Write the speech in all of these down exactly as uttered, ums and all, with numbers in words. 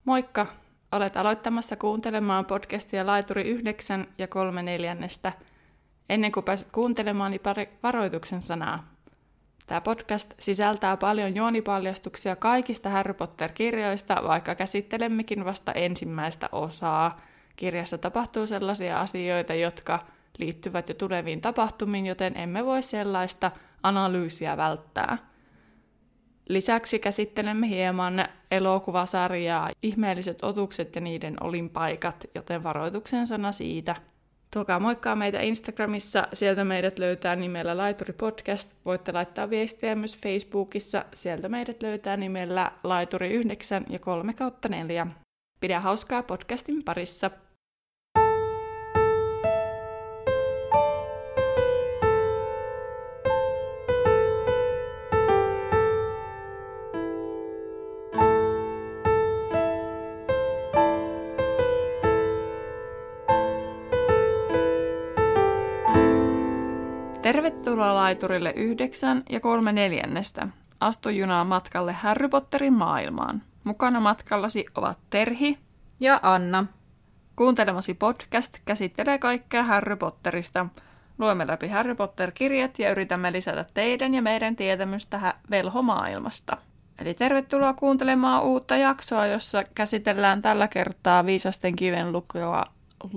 Moikka! Olet aloittamassa kuuntelemaan podcastia Laituri yhdeksän ja kolme neljännestä. Ennen kuin pääset kuuntelemaan, niin pari varoituksen sanaa. Tämä podcast sisältää paljon juonipaljastuksia kaikista Harry Potter-kirjoista, vaikka käsittelemmekin vasta ensimmäistä osaa. Kirjassa tapahtuu sellaisia asioita, jotka liittyvät jo tuleviin tapahtumiin, joten emme voi sellaista analyysiä välttää. Lisäksi käsittelemme hieman elokuvasarjaa, ihmeelliset otukset ja niiden olinpaikat, joten varoituksen sana siitä. Tulkaa moikkaa meitä Instagramissa, sieltä meidät löytää nimellä Laituri Podcast. Voitte laittaa viestiä myös Facebookissa, sieltä meidät löytää nimellä Laituri yhdeksän ja kolme kautta neljä. Pidä hauskaa podcastin parissa! Tervetuloa Laiturille yhdeksän ja kolme neljännestä. Astu junaan matkalle Harry Potterin maailmaan. Mukana matkallasi ovat Terhi ja Anna. Kuuntelemasi podcast käsittelee kaikkea Harry Potterista. Luemme läpi Harry Potter-kirjat ja yritämme lisätä teidän ja meidän tietämystä velhomaailmasta. Eli tervetuloa kuuntelemaan uutta jaksoa, jossa käsitellään tällä kertaa Viisasten kiven lukua,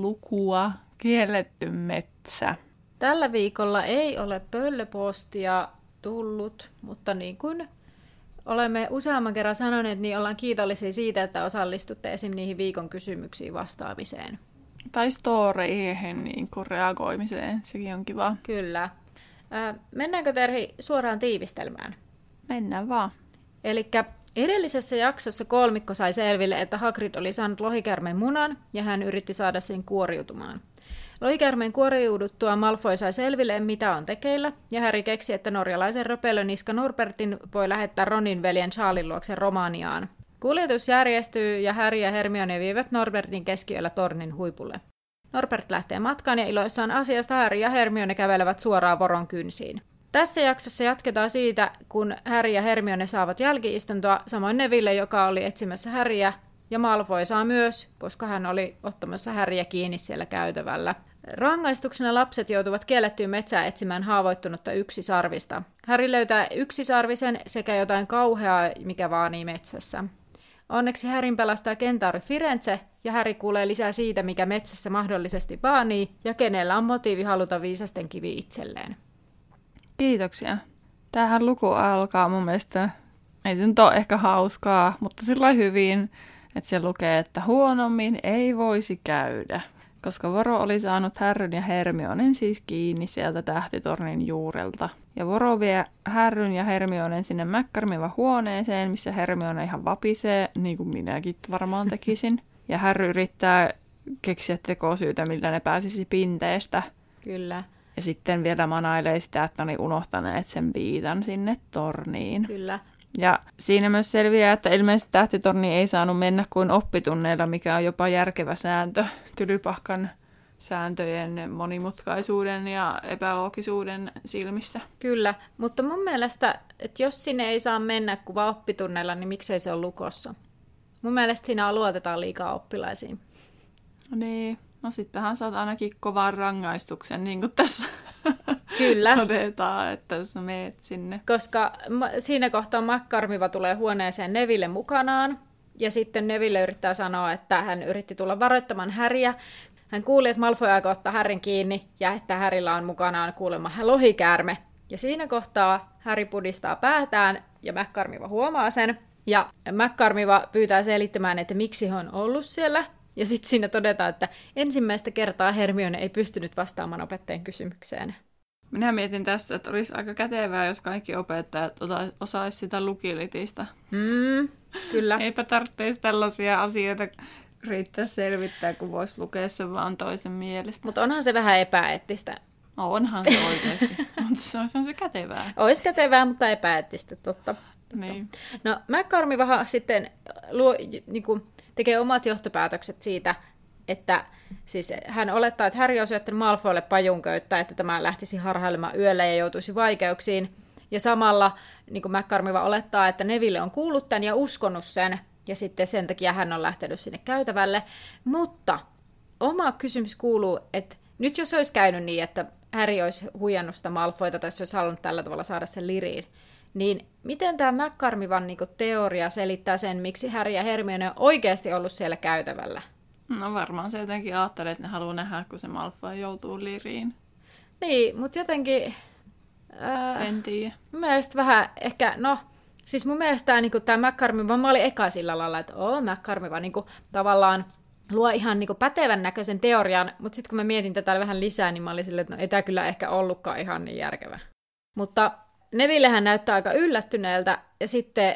lukua Kielletty metsä. Tällä viikolla ei ole pöllöpostia tullut, mutta niin kuin olemme useamman kerran sanoneet, niin ollaan kiitollisia siitä, että osallistutte esim. Niihin viikon kysymyksiin vastaamiseen. Tai storeihin niin kuin reagoimiseen, sekin on kiva. Kyllä. Äh, mennäänkö Terhi suoraan tiivistelmään? Mennään vaan. Elikkä edellisessä jaksossa kolmikko sai selville, että Hagrid oli saanut lohikäärmeen munan ja hän yritti saada sen kuoriutumaan. Lohikäärmeen kuoriuduttua Malfoy sai selville, mitä on tekeillä, ja Harry keksi, että norjalaisen röpelöniska Norbertin voi lähettää Ronin veljen Charlin luokse Romaniaan. Kuljetus järjestyy, ja Harry ja Hermione vievät Norbertin keskiyöllä tornin huipulle. Norbert lähtee matkaan, ja iloissaan asiasta Harry ja Hermione kävelevät suoraan voron kynsiin. Tässä jaksossa jatketaan siitä, kun Harry ja Hermione saavat jälki-istuntoa, samoin Neville, joka oli etsimässä Harryä, ja Malfoy saa myös, koska hän oli ottamassa Harryä kiinni siellä käytävällä. Rangaistuksena lapset joutuvat kiellettyyn metsään etsimään haavoittunutta yksisarvista. Harry löytää yksisarvisen sekä jotain kauheaa, mikä vaanii metsässä. Onneksi Harryn pelastaa kentauri Firenze, ja Harry kuulee lisää siitä, mikä metsässä mahdollisesti vaanii, ja kenellä on motiivi haluta viisasten kivi itselleen. Kiitoksia. Tämähän luku alkaa mun mielestä, ei se nyt ole ehkä hauskaa, mutta sillä hyvin, että se lukee, että huonommin ei voisi käydä. Koska Voro oli saanut Harryn ja Hermionen siis kiinni sieltä tähtitornin juurelta. Ja Voro vie Harryn ja Hermionen sinne mäkkärmivä huoneeseen, missä Hermione ihan vapisee, niin kuin minäkin varmaan tekisin. Ja Harry yrittää keksiä tekosyytä, millä ne pääsisi pinteestä. Kyllä. Ja sitten vielä manailee sitä, että ne unohtaneet sen viitan sinne torniin. Kyllä. Ja siinä myös selviää, että ilmeisesti tähtitorni ei saanut mennä kuin oppitunneilla, mikä on jopa järkevä sääntö Tylypahkan sääntöjen monimutkaisuuden ja epäloogisuuden silmissä. Kyllä, mutta mun mielestä, että jos sinne ei saa mennä kuin vaan oppitunneilla, niin miksei se ole lukossa? Mun mielestä siinä luotetaan liikaa oppilaisiin. Niin, no sittenhän saat ainakin kovan rangaistuksen, niin kuin tässä Kyllä. todetaan, että sä meet sinne. Koska siinä kohtaa McCormiva tulee huoneeseen Neville mukanaan, ja sitten Neville yrittää sanoa, että hän yritti tulla varoittamaan Harryä. Hän kuuli, että Malfoy aikoo ottaa Harryn kiinni, ja että Harrylla on mukanaan kuulemma lohikäärme. Ja siinä kohtaa Harry pudistaa päätään, ja McCormiva huomaa sen. Ja McCormiva pyytää selittämään, että miksi hän on ollut siellä. Ja sitten siinä todetaan, että ensimmäistä kertaa Hermione ei pystynyt vastaamaan opettajan kysymykseen. Minä mietin tässä, että olisi aika kätevää, jos kaikki opettajat osaisivat sitä lukilitistä. Mm, kyllä. Eipä tarvitsisi tällaisia asioita riittää selvittää, kun voisi lukea sen vaan toisen mielestä. Mutta onhan se vähän epäeettistä. No, onhan se oikeasti, mutta se on se kätevää. Olisi kätevää, mutta epäeettistä, totta. totta. Niin. No, McCormiva sitten luo, niin kuin, tekee omat johtopäätökset siitä, että siis hän olettaa, että Harry on syöttänyt Malfoylle pajunköyttä, että tämä lähtisi harhailemaan yöllä ja joutuisi vaikeuksiin. Ja samalla niin kuin McCormiva olettaa, että Neville on kuullut tämän ja uskonut sen, ja sitten sen takia hän on lähtenyt sinne käytävälle. Mutta oma kysymys kuuluu, että nyt jos olisi käynyt niin, että Harry olisi huijannut sitä Malfoyta, tai se olisi halunnut tällä tavalla saada sen Liriin, niin miten tämä McCormivan niinku teoria selittää sen, miksi Harry ja Hermione on oikeasti ollut siellä käytävällä? No varmaan se jotenkin ajattelee, että ne haluaa nähdä, kun se Malfoy joutuu Liriin. Niin, mutta jotenkin... Ää, en tiedä. Mun mielestä vähän ehkä, no... Siis mun mielestä tämä niinku, McCormiva, mä olin eka sillä lailla, että oo, McCormiva niinku, tavallaan luo ihan niinku, pätevän näköisen teorian, mutta sitten kun mä mietin tätä vähän lisää, niin mä olin silleen, että no ei tämä kyllä ehkä ollutkaan ihan niin järkevä. Mutta Nevillehän näyttää aika yllättyneeltä, ja sitten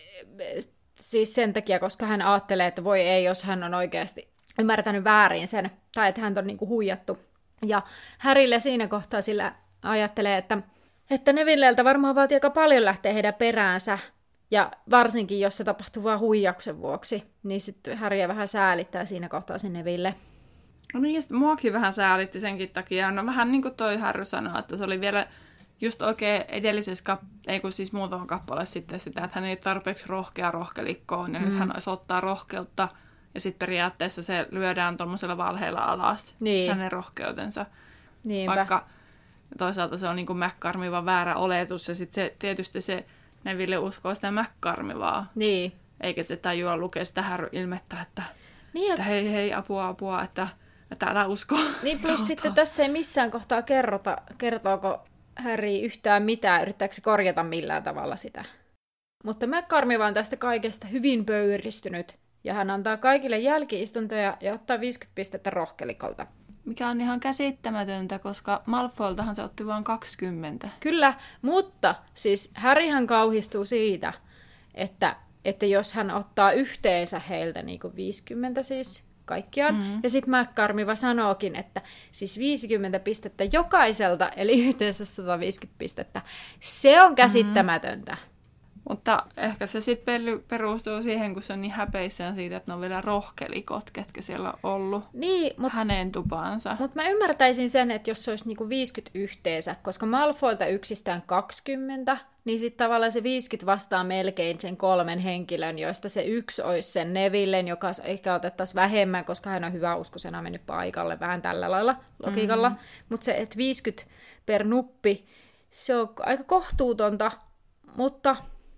siis sen takia, koska hän ajattelee, että voi ei, jos hän on oikeasti ymmärtänyt väärin sen, tai että hän on niinku huijattu. Ja Harrylle siinä kohtaa sillä ajattelee, että, että Nevilleltä varmaan vaatii aika paljon lähteä heidän peräänsä, ja varsinkin jos se tapahtuu vain huijauksen vuoksi, niin sitten Harryä vähän säälittää siinä kohtaa sen Neville. No niin, ja sitten muakin vähän säälitti senkin takia. No vähän niin kuin toi Harry sanoi, että se oli vielä just oikein edellisessä, kap- ei kun siis muutama kappale sitten sitä, että hän ei ole tarpeeksi rohkea rohkelikkoon, ja mm. nyt hän olisi ottaa rohkeutta, ja sitten periaatteessa se lyödään tuommoisella valheella alas, niin. hänen rohkeutensa. Niinpä. Vaikka toisaalta se on niin kuin McCormivan väärä oletus, ja sitten se, tietysti se Neville uskoo sitä McCormivaa. Niin. Eikä se tajua lukea sitä Harry ilmettä, että, niin, että hei hei, apua apua, että, että älä usko. Niin plus Kautta. Sitten tässä ei missään kohtaa kerrota, kertooko Harry yhtään mitään, yrittääkö se korjata millään tavalla sitä. Mutta McCormiva on tästä kaikesta hyvin pöyristynyt, ja hän antaa kaikille jälki-istuntoja ja ottaa viisikymmentä pistettä rohkelikolta. Mikä on ihan käsittämätöntä, koska Malfoyltahan se otti vain kaksikymmentä. Kyllä, mutta siis Harryhän kauhistuu siitä, että, että jos hän ottaa yhteensä heiltä niin kuin viisikymmentä siis kaikkiaan, mm-hmm. ja sitten McCormiva sanookin, että siis viisikymmentä pistettä jokaiselta, eli yhteensä sata viisikymmentä pistettä. Se on käsittämätöntä. Mm-hmm. Mutta ehkä se sitten perustuu siihen, kun se on niin häpeissään siitä, että ne on vielä rohkelikot, ketkä siellä on ollut niin, mut, hänen tupaansa. Mutta mä ymmärtäisin sen, että jos se olisi niinku viisikymmentä yhteensä, koska Malfoylta yksistään kaksikymmentä, niin sitten tavallaan se viisikymmentä vastaa melkein sen kolmen henkilön, joista se yksi olisi sen Nevillen, joka ehkä otettaisiin vähemmän, koska hän on hyväuskoisena mennyt paikalle vähän tällä lailla logiikalla. Mm-hmm. Mutta se, että viisikymmentä per nuppi, se on aika kohtuutonta, mutta...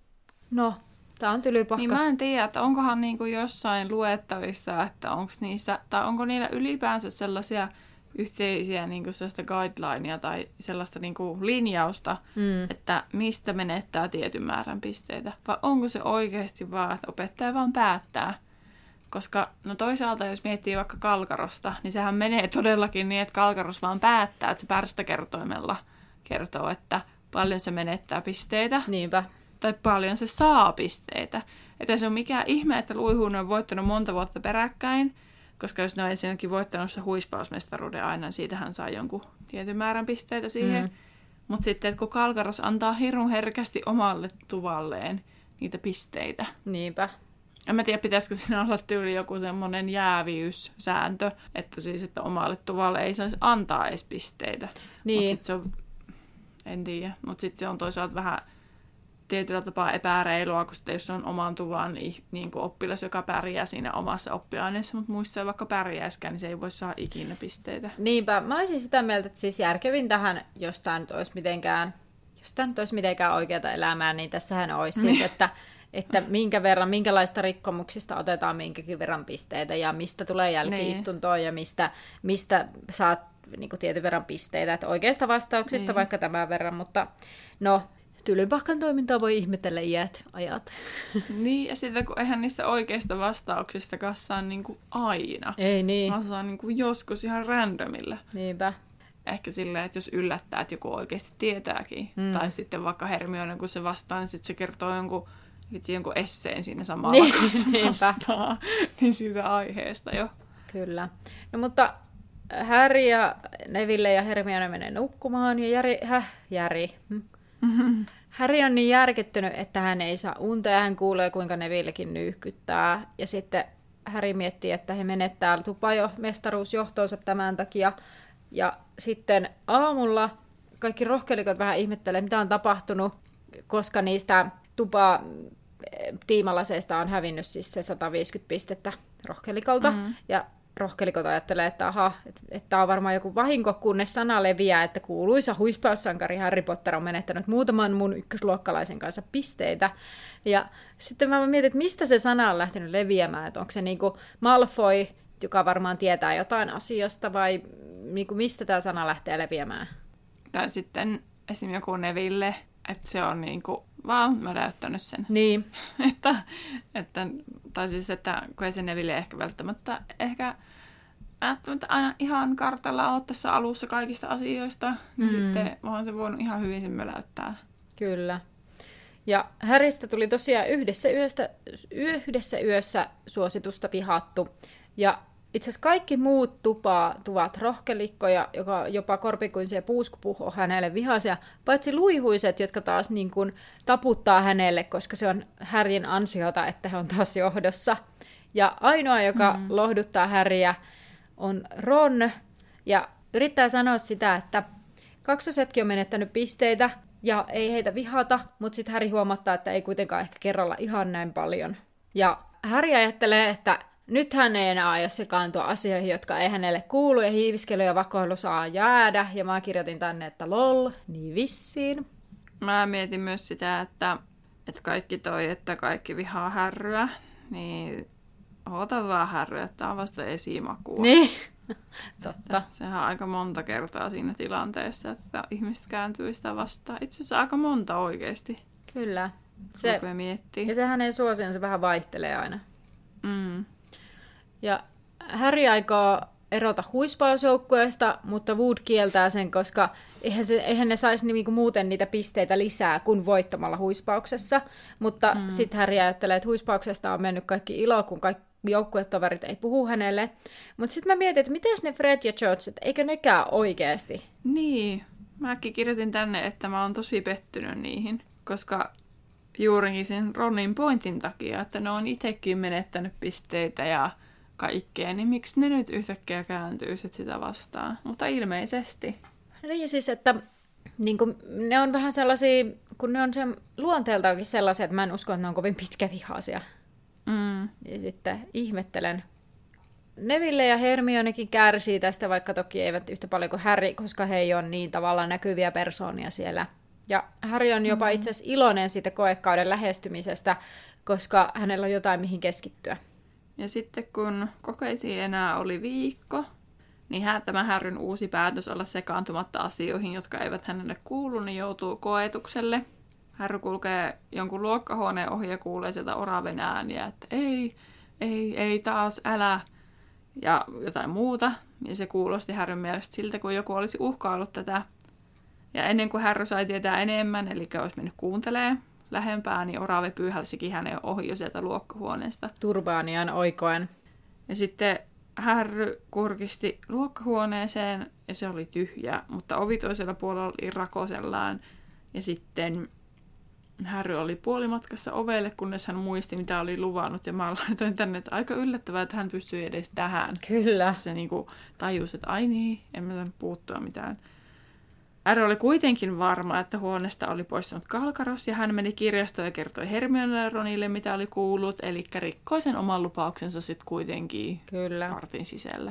No, tää on tylypahka. Niin mä en tiedä, että onkohan niinku jossain luettavissa, että onko niissä, tai onko niillä ylipäänsä sellaisia yhteisiä niinku sellaista guidelinea tai sellaista niinku linjausta, mm. että mistä menettää tietyn määrän pisteitä. Vai onko se oikeasti vaan, että opettaja vaan päättää? Koska no toisaalta, jos miettii vaikka Kalkarosta, niin sehän menee todellakin niin, että Kalkaros vaan päättää, että se pärstäkertoimella kertoo, että paljon se menettää pisteitä. Niinpä. Tai paljon se saa pisteitä. Että se on mikään ihme, että Luihuun on voittanut monta vuotta peräkkäin, koska jos ne on ensinnäkin voittanut se huispausmestaruuden aina, niin siitähän saa jonkun tietyn määrän pisteitä siihen. Mm. Mutta sitten, että kun Kalkaros antaa hirun herkästi omalle tuvalleen niitä pisteitä. Niinpä. En mä tiedä, pitäisikö siinä olla tyyli joku semmoinen jääviyssääntö, että siis, että omalle tuvalle ei saisi antaa edes pisteitä. Niin. Mutta sitten se on, en tiedä, mutta sitten se on toisaalta vähän tietyllä tapaa epäreilua, kun sitten jos on oman tuvan niin, niin kuin oppilas, joka pärjää siinä omassa oppiaineessa, mutta muissa ei vaikka pärjäiskään, niin se ei voi saada ikinä pisteitä. Niinpä. Mä olisin sitä mieltä, että siis järkevin tähän, jos tämä nyt olisi mitenkään, jos tämä nyt olisi mitenkään oikeata elämää, niin tässähän olisi siis, että, että minkä verran, minkälaista rikkomuksista otetaan minkäkin verran pisteitä ja mistä tulee jälki-istuntoa ja mistä, mistä saat niin kuin tietyn verran pisteitä. Että oikeista vastauksista niin. Vaikka tämän verran, mutta no... Tylypahkan toimintaa voi ihmetellä iät ajat. Niin, ja sitten kun eihän niistä oikeista vastauksista saa niinku aina. Ei niin. Vaan saa niinku joskus ihan randomilla. Niinpä. Ehkä silleen, että jos yllättää, että joku oikeasti tietääkin. Mm. Tai sitten vaikka Hermione, kun se vastaa, niin sitten se kertoo jonkun, vitsi, jonkun esseen siinä samalla, niin, kun se vastaa. Niin siitä aiheesta jo. Kyllä. No mutta Harry ja Neville ja Hermione menee nukkumaan ja Jari... Häh? Jari... Hm? Mm-hmm. Harry on niin järkyttynyt, että hän ei saa unta ja hän kuulee, kuinka Nevillekin nyyhkyttää. Ja sitten Harry miettii, että he menettää tupajo mestaruusjohtoonsa tämän takia. Ja sitten aamulla kaikki rohkelikot vähän ihmettelee, mitä on tapahtunut, koska niistä tupa tiimalaseista on hävinnyt siis se sata viisikymmentä pistettä rohkelikolta. Mm-hmm. Ja rohkelikot ajattelee, että aha, että et tämä on varmaan joku vahinko, kunnes sana leviää, että kuuluisa huispaussankari Harry Potter on menettänyt muutaman mun ykkösluokkalaisen kanssa pisteitä. Ja sitten mä mietin, että mistä se sana on lähtenyt leviämään, että onko se niinku Malfoy, joka varmaan tietää jotain asiasta, vai niinku mistä tämä sana lähtee leviämään? Tai sitten esim. Joku Neville, että se on niinku vaan möläyttänyt sen. Niin. että, että, tai siis, että kun ei se Neville ehkä välttämättä, ehkä välttämättä aina ihan kartalla ole tässä alussa kaikista asioista, niin mm. sitten vaan se voinut ihan hyvin sen möläyttää. Kyllä. Ja Harrystä tuli tosiaan yhdessä, yöstä, yhdessä yössä suositusta vihattu. Ja itse asiassa kaikki muut tupautuvat rohkelikkoja, joka jopa korpikuinsi ja puuskupuh on hänelle vihaisia, paitsi luihuiset, jotka taas niin kuin taputtaa hänelle, koska se on Harryn ansiota, että he on taas johdossa. Ja ainoa, joka mm. lohduttaa Harryä, on Ron, ja yrittää sanoa sitä, että kaksosetkin on menettänyt pisteitä, ja ei heitä vihata, mutta sitten Harry huomattaa, että ei kuitenkaan ehkä kerralla ihan näin paljon. Ja Harry ajattelee, että nyt hän ei enää aio sekaantua asioihin, jotka ei hänelle kuulu, ja hiiviskely ja vakoilu saa jäädä. Ja mä kirjoitin tänne, että lol, niin vissiin. Mä mietin myös sitä, että, että kaikki toi, että kaikki vihaa Harryä, niin oota vaan Harry, että tämä on vasta esimakua. Niin, totta. Että sehän on aika monta kertaa siinä tilanteessa, että ihmiset kääntyy sitä vastaan. Itse asiassa aika monta oikeasti. Kyllä. Se, miettii. Ja se hänen suosionsa vähän vaihtelee aina. Mm. Ja Harry aikoo erota huispausjoukkueesta, mutta Wood kieltää sen, koska eihän, se, eihän ne saisi niinku muuten niitä pisteitä lisää kuin voittamalla huispauksessa. Mutta mm. sitten Harry ajattelee, että huispauksesta on mennyt kaikki ilo, kun kaikki joukkuetoverit ei puhu hänelle. Mutta sitten mä mietin, että miten ne Fred ja George, että eikö nekään oikeasti? Niin, mäkin kirjoitin tänne, että mä oon tosi pettynyt niihin, koska juurikin sen Ronin pointin takia, että ne on itsekin menettänyt pisteitä ja kaikkea, niin miksi ne nyt yhtäkkiä kääntyy sitä vastaan? Mutta ilmeisesti. Niin siis, että niin kun, ne on vähän sellaisia, kun ne on sen luonteeltaankin sellaisia, että mä en usko, että ne on kovin pitkävihaisia. Mm. Ja sitten ihmettelen. Neville ja Hermionekin kärsii tästä, vaikka toki eivät yhtä paljon kuin Harry, koska he ei ole niin tavallaan näkyviä persoonia siellä. Ja Harry on jopa mm. itse asiassa iloinen siitä koekauden lähestymisestä, koska hänellä on jotain mihin keskittyä. Ja sitten kun kokeisiin enää oli viikko, niin hän, tämä Harryn uusi päätös olla sekaantumatta asioihin, jotka eivät hänelle kuulu, niin joutuu koetukselle. Harry kulkee jonkun luokkahuoneen ohi ja kuulee sieltä oraven ääniä, että ei, ei, ei taas, älä, ja jotain muuta. Ja se kuulosti Harryn mielestä siltä, kun joku olisi uhkaillut tätä. Ja ennen kuin Harry sai tietää enemmän, eli olisi mennyt kuuntelemaan lähempää, niin orave pyyhälsikin hänen ohi jo sieltä luokkahuoneesta. Turbaanian oikoen. Ja sitten Harry kurkisti luokkahuoneeseen, ja se oli tyhjä, mutta ovi toisella puolella oli rakosellaan. Ja sitten Harry oli puolimatkassa ovelle, kunnes hän muisti, mitä oli luvannut. Ja mä laitoin tänne, että aika yllättävää, että hän pystyi edes tähän. Kyllä. Se niinku tajusi, että ai niin, en mä saanut puuttua mitään. Harry oli kuitenkin varma, että huoneesta oli poistunut Kalkaros, ja hän meni kirjastoon ja kertoi Hermionelle ja Ronille, mitä oli kuullut, eli rikkoi sen oman lupauksensa sitten kuitenkin Kyllä. kartin sisällä.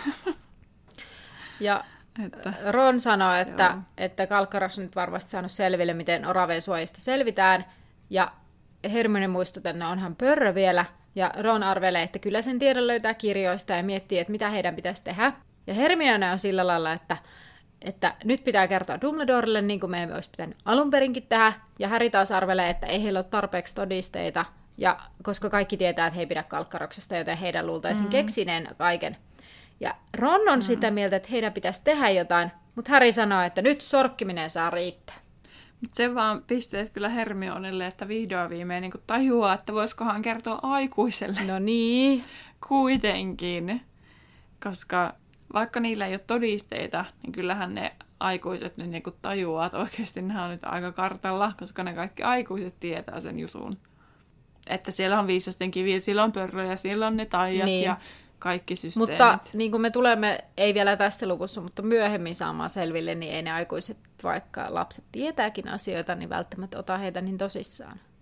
Ja että, Ron sanoi, että, että Kalkaros on nyt varmasti saanut selville, miten Oraven suojista selvitään, ja Hermione muistutti, että onhan pörrö vielä, ja Ron arvelee, että kyllä sen tiedon löytää kirjoista ja miettii, että mitä heidän pitäisi tehdä. Ja Hermione on sillä lailla, että että nyt pitää kertoa Dumbledorelle, niin kuin meidän olisi pitänyt alun perinkin tehdä, ja Harry taas arvelee, että ei heillä ole tarpeeksi todisteita, ja koska kaikki tietää, että he ei pidä Kalkkaroksesta, joten heidän luultaisiin mm. keksineen kaiken. Ja Ron on mm. sitä mieltä, että heidän pitäisi tehdä jotain, mutta Harry sanoo, että nyt sorkkiminen saa riittää. Mutta se vaan pisteet kyllä Hermionelle, että vihdoin viimein niin tajuaa, että voisikohan kertoa aikuiselle. No niin. Kuitenkin, koska vaikka niillä ei ole todisteita, niin kyllähän ne aikuiset nyt niin tajuaa, että oikeasti nämä on nyt aika kartalla, koska ne kaikki aikuiset tietää sen jutun. Että siellä on viisasten kiviä, siellä on pörröjä, siellä on ne taijat niin. ja kaikki systeemit. Mutta niin kuin me tulemme, ei vielä tässä luvussa, mutta myöhemmin saamaan selville, niin ei ne aikuiset, vaikka lapset tietääkin asioita, niin välttämättä ota heitä niin tosissaan.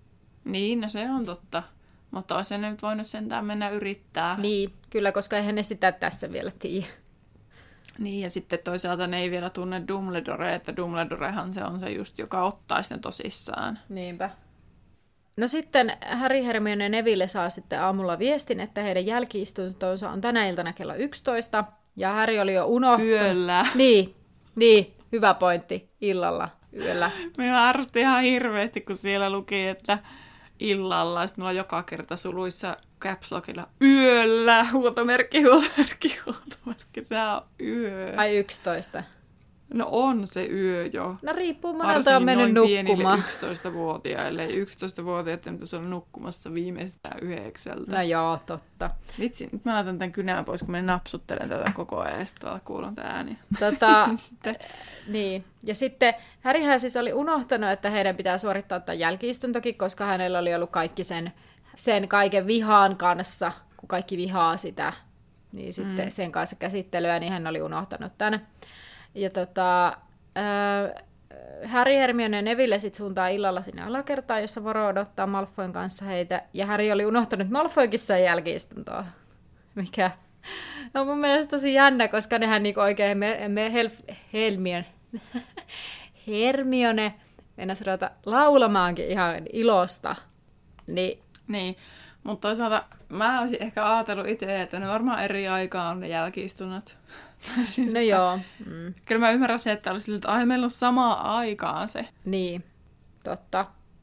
Niin, no se on totta. Mutta olisi ne nyt voinut sentään mennä yrittää. Niin, kyllä, koska eihän ne sitä tässä vielä tiedä. Niin, ja sitten toisaalta ne ei vielä tunne Dumbledorea, että Dumbledorehan se on se just, joka ottaisi ne tosissaan. Niinpä. No sitten Harry, Hermione ja Neville saa sitten aamulla viestin, että heidän jälki-istuntonsa on tänä iltana kello yksitoista. Ja Harry oli jo unohtanut. Yöllä. Niin, niin, hyvä pointti. Illalla, yöllä. Minä ärsytti ihan hirveästi, kun siellä luki, että illalla. Sitten mulla on joka kerta suluissa caps lockilla yöllä. Huutomerkki, huutomerkki, huutomerkki. Sehän on yö. Ai yksitoista. No on se yö jo. No riippuu, monelta on mennyt nukkumaan. yksitoistavuotiaille. yksitoistavuotiaat pitäisi olla nukkumassa viimeistään yhdeksältä. No joo, totta. Vitsi, nyt mä laitan tämän kynän pois, kun mä napsuttelen tätä koko ajan, ja sitten kuulun tämä ääni. Tota, niin. Ja sitten Harryhän siis oli unohtanut, että heidän pitää suorittaa tämän jälki-istuntokin, koska hänellä oli ollut kaikki sen, sen kaiken vihaan kanssa, kun kaikki vihaa sitä, niin sitten mm. sen kanssa käsittelyä, niin hän oli unohtanut tämän. Ja tota, äh, Harry, Hermione ja Neville sit suuntaa illalla sinne alakertaan, jossa Voro odottaa Malfoyn kanssa heitä. Ja Harry oli unohtanut Malfoykin sen jälki-istuntoa. Mikä on mun mielestä tosi jännä, koska nehän niinku oikein me, me Helf, Helmione, Hermione mennäisi ruveta laulamaankin ihan ilosta. Niin, niin. Mutta toisaalta mä olisin ehkä ajatellut itse, että ne varmaan eri aikaa on ne jälki-istunnat. Siis, no joo. Mm. Kyllä mä ymmärrän se, että olisi sillä, että ai, meillä on samaan aikaan se. Niin, totta.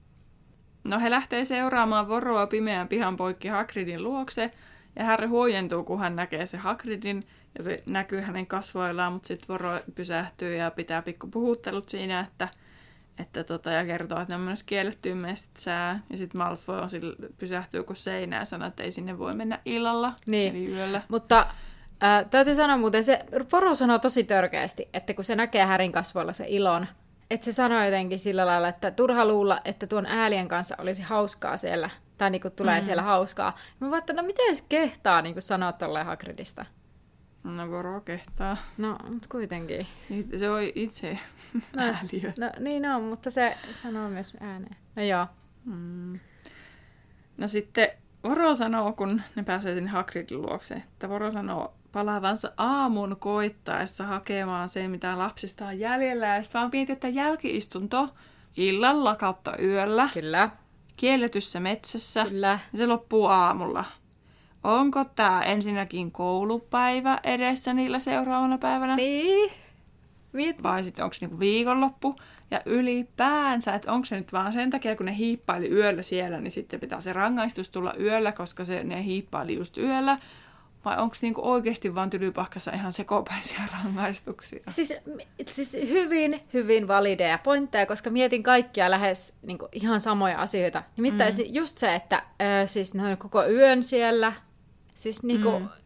No he lähtee seuraamaan Voroa pimeän pihan poikki Hagridin luokse, ja Harry huojentuu, kun hän näkee se Hagridin, ja se näkyy hänen kasvoillaan, mutta sitten Voro pysähtyy ja pitää pikku puhuttelut siinä, että, että tota, ja kertoo, että ne on myös kiellettyä metsää, ja sitten Malfoy on sille, pysähtyy kuin seinään ja sanoo, että ei sinne voi mennä illalla, niin. eli yöllä. Mutta Äh, täytyy sanoa muuten, se Voro sanoo tosi törkeästi, että kun se näkee Harryn kasvoilla se ilon, että se sanoo jotenkin sillä lailla, että turha luulla, että tuon äälien kanssa olisi hauskaa siellä, tai niin kuin tulee mm. siellä hauskaa. Mä vaan, että no miten se kehtaa niin kuin sanoa tolleen Hagridista? No Voro kehtaa. No, mutta kuitenkin. Se on itse no, ääliö. No niin on, mutta se sanoo myös ääneen. No joo. Mm. No sitten Voro sanoo, kun ne pääsee sinne Hagridin luokse, että Voro sanoo palaavansa aamun koittaessa hakemaan sen, mitä lapsista on jäljellä. Ja sitten vaan mietit, että jälki-istunto illalla kautta yöllä. Kyllä. Kielletyssä metsässä. Kyllä. Ja se loppuu aamulla. Onko tämä ensinnäkin koulupäivä edessä niillä seuraavana päivänä? Niin. Mit? Vai sitten onko niinku viikonloppu? Ja ylipäänsä, että onko se nyt vaan sen takia, kun ne hiippaili yöllä siellä, niin sitten pitää se rangaistus tulla yöllä, koska se, ne hiippaili just yöllä. Vai onko niinku oikeasti vaan Tylypahkassa ihan sekopäisiä rangaistuksia? Siis, siis hyvin, hyvin valideja pointteja, koska mietin kaikkia lähes niinku, ihan samoja asioita. Nimittäin mm. just se, että äh, siis ne on koko yön siellä, siis niinku, mm.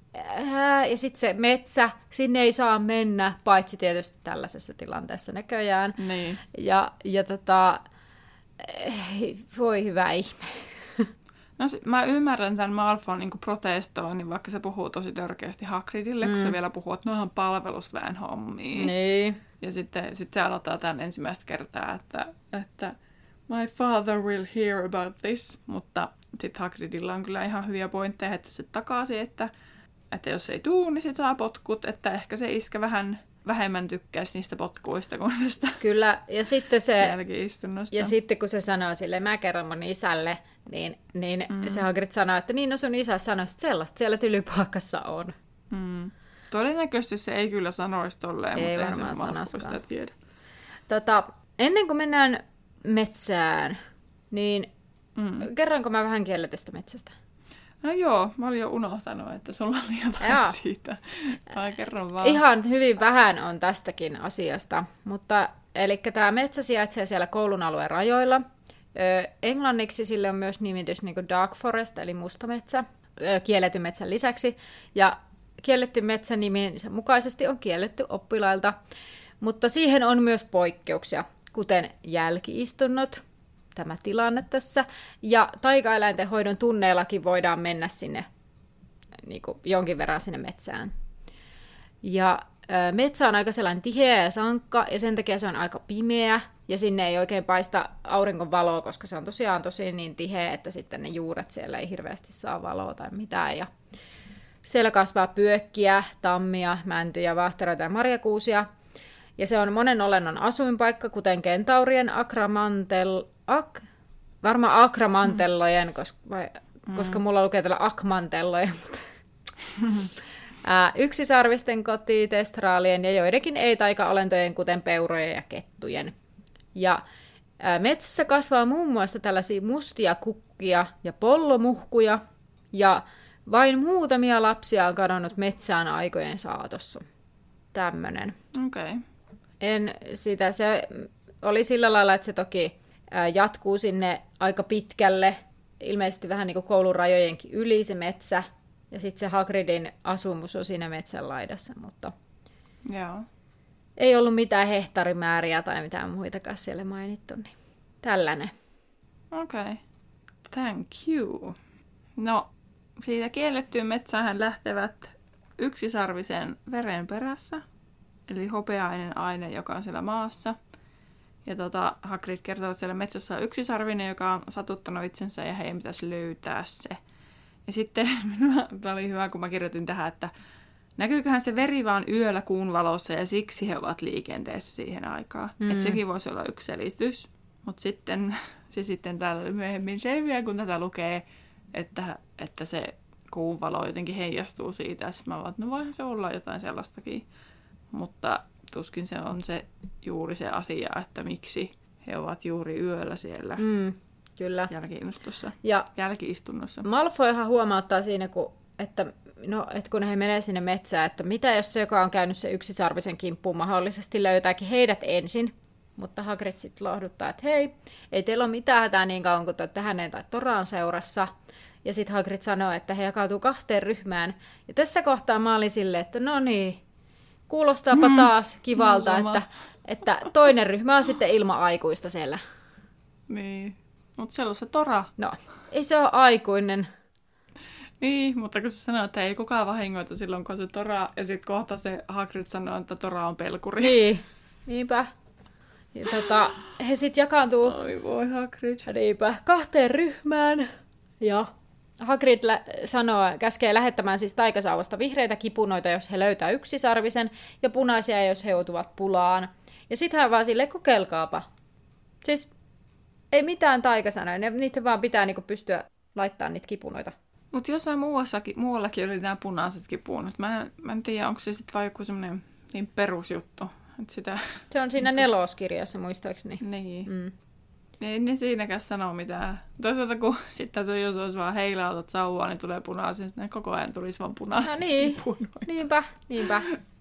äh, ja sitten se metsä, sinne ei saa mennä, paitsi tietysti tällaisessa tilanteessa näköjään. Niin. Ja, ja tota, äh, voi hyvä ihme. No mä ymmärrän tämän Malfoyn niin protestoinnin, vaikka se puhuu tosi törkeästi Hagridille, mm. kun se vielä puhuu, että noihan palvelusväen hommia. Niin. Ja sitten sit se aloittaa tämän ensimmäistä kertaa, että, että my father will hear about this, mutta sitten Hagridilla on kyllä ihan hyviä pointteja, että se takaisin, että, että jos ei tuu, niin sit saa potkut, että ehkä se iskä vähän vähemmän tykkäisi niistä potkuista kuin tästä kyllä, ja sitten se jälki-istunnosta. Ja sitten kun se sanoo sille, mä kerron mun isälle, niin, niin mm. se Hagrid sanoo, että niin no sun isä sanoi, että sellaista siellä Tylypahkassa on. Mm. Todennäköisesti se ei kyllä sanoisi tolleen, ei mutta ei se Malfoy sitä tiedä. Tota, ennen kuin mennään metsään, niin mm. kerronko mä vähän kielletystä metsästä? No joo, mä olin jo unohtanut, että sulla oli jotain Jaa. siitä. Mä kerron vaan. Ihan hyvin vähän on tästäkin asiasta, mutta eli tämä metsä sijaitsee siellä koulun alueen rajoilla. Ö, englanniksi sille on myös nimitys niin kuin Dark Forest, eli musta metsä, ö, kielletty metsän lisäksi. Ja kielletty metsän nimensä mukaisesti on kielletty oppilailta, mutta siihen on myös poikkeuksia, kuten jälki-istunnot, tämä tilanne tässä, ja taikaeläinten hoidon tunneellakin voidaan mennä sinne niin kuin jonkin verran sinne metsään. Ja metsä on aika sellainen tiheä ja sankka, ja sen takia se on aika pimeä, ja sinne ei oikein paista auringon valoa, koska se on tosiaan tosi niin tiheä, että sitten ne juuret siellä ei hirveästi saa valoa tai mitään. Ja siellä kasvaa pyökkiä, tammia, mäntyjä, vaahteroita ja marjakuusia. Ja se on monen olennon asuinpaikka, kuten kentaurien, akramantel... Ak... varmaan akramantellojen, mm. koska, vai... mm. koska mulla lukee täällä akmantelloja, mutta... yksisarvisten koti, testraalien ja joidenkin ei-taika-olentojen, kuten peurojen ja kettujen. Ja ää, metsässä kasvaa muun muassa tällaisia mustia kukkia ja pollomuhkuja, ja vain muutamia lapsia on kadonnut metsään aikojen saatossa. Tämmönen. Okei. Okay. En sitä, se oli sillä lailla, että se toki ää, jatkuu sinne aika pitkälle, ilmeisesti vähän niin kuin koulun rajojenkin yli se metsä, ja sitten se Hagridin asumus on siinä metsän laidassa, mutta Joo. ei ollut mitään hehtaarimääriä tai mitään muitakaan siellä mainittu, niin tällainen. Okei. Okay. Thank you. No, siitä kiellettyyn metsään lähtevät yksisarvisen veren perässä, eli hopeainen aine, joka on siellä maassa. Ja tota, Hagrid kertoo, että siellä metsässä on yksisarvinen, joka on satuttanut itsensä ja heidän pitäisi löytää se. Ja sitten tämä oli hyvä, kun mä kirjoitin tähän, että näkyyköhän se veri vaan yöllä kuun valossa ja siksi he ovat liikenteessä siihen aikaan. Mm. Että sekin voisi olla yksi selitys. Mutta sitten se sitten täällä myöhemmin selviää, kun tätä lukee, että, että se kuun valo jotenkin heijastuu siitä. Ja sitten mä vaan, että no voihan se olla jotain sellaistakin. Mutta tuskin se on se juuri se asia, että miksi he ovat juuri yöllä siellä. Mm. Kyllä. Jälki-innostussa. Ja Jälki-istunnossa. Malfoyhan huomauttaa siinä, kun, että, no, että kun he menee sinne metsään, että mitä jos se, joka on käynyt se yksisarvisen kimppuun, mahdollisesti löytääkin heidät ensin. Mutta Hagrid sitten lohduttaa, että hei, ei teillä ole mitään hätää niin kauan kuin te olette hänen tai Toraan seurassa. Ja sitten Hagrid sanoo, että he jakautuu kahteen ryhmään. Ja tässä kohtaa mä olin silleen, että no niin, kuulostaapa mm, taas kivalta, että, että toinen ryhmä on sitten ilman aikuista siellä. Niin. Mutta siellä on se Tora. No, ei se ole aikuinen. Niin, mutta kun sä sanoo, että ei kukaan vahingoita silloin, kun se Tora, ja sitten kohta se Hagrid sanoo, että Tora on pelkuri. Niin, niinpä. Ja tota, he sitten jakaantuu... Oi voi Hagrid. Niinpä, kahteen ryhmään. Ja Hagrid lä- sanoo, käskee lähettämään siis taikasauvasta vihreitä kipunoita, jos he löytää yksisarvisen, ja punaisia, jos he joutuvat pulaan. Ja sitten hän vaan silleen, kokeilkaapa. Siis... Ei mitään taikasanoja, ne, niitä vaan pitää niinku pystyä laittamaan niitä kipunoita. Mutta jossain muuallakin, muuallakin oli nämä punaiset kipunot. Mä en, mä en tiedä, onko se sitten vaan joku semmoinen niin perusjuttu. Että sitä... Se on siinä neloskirjassa muistaakseni. Niin. Mm. Ei ne siinäkään sano mitään. Toisaalta kun sitten se jos olisi vaan heilautat sauvaa, niin tulee punaisen, sitten koko ajan tulisi vaan punaiset no niin, kipunoita. Niinpä, niinpä.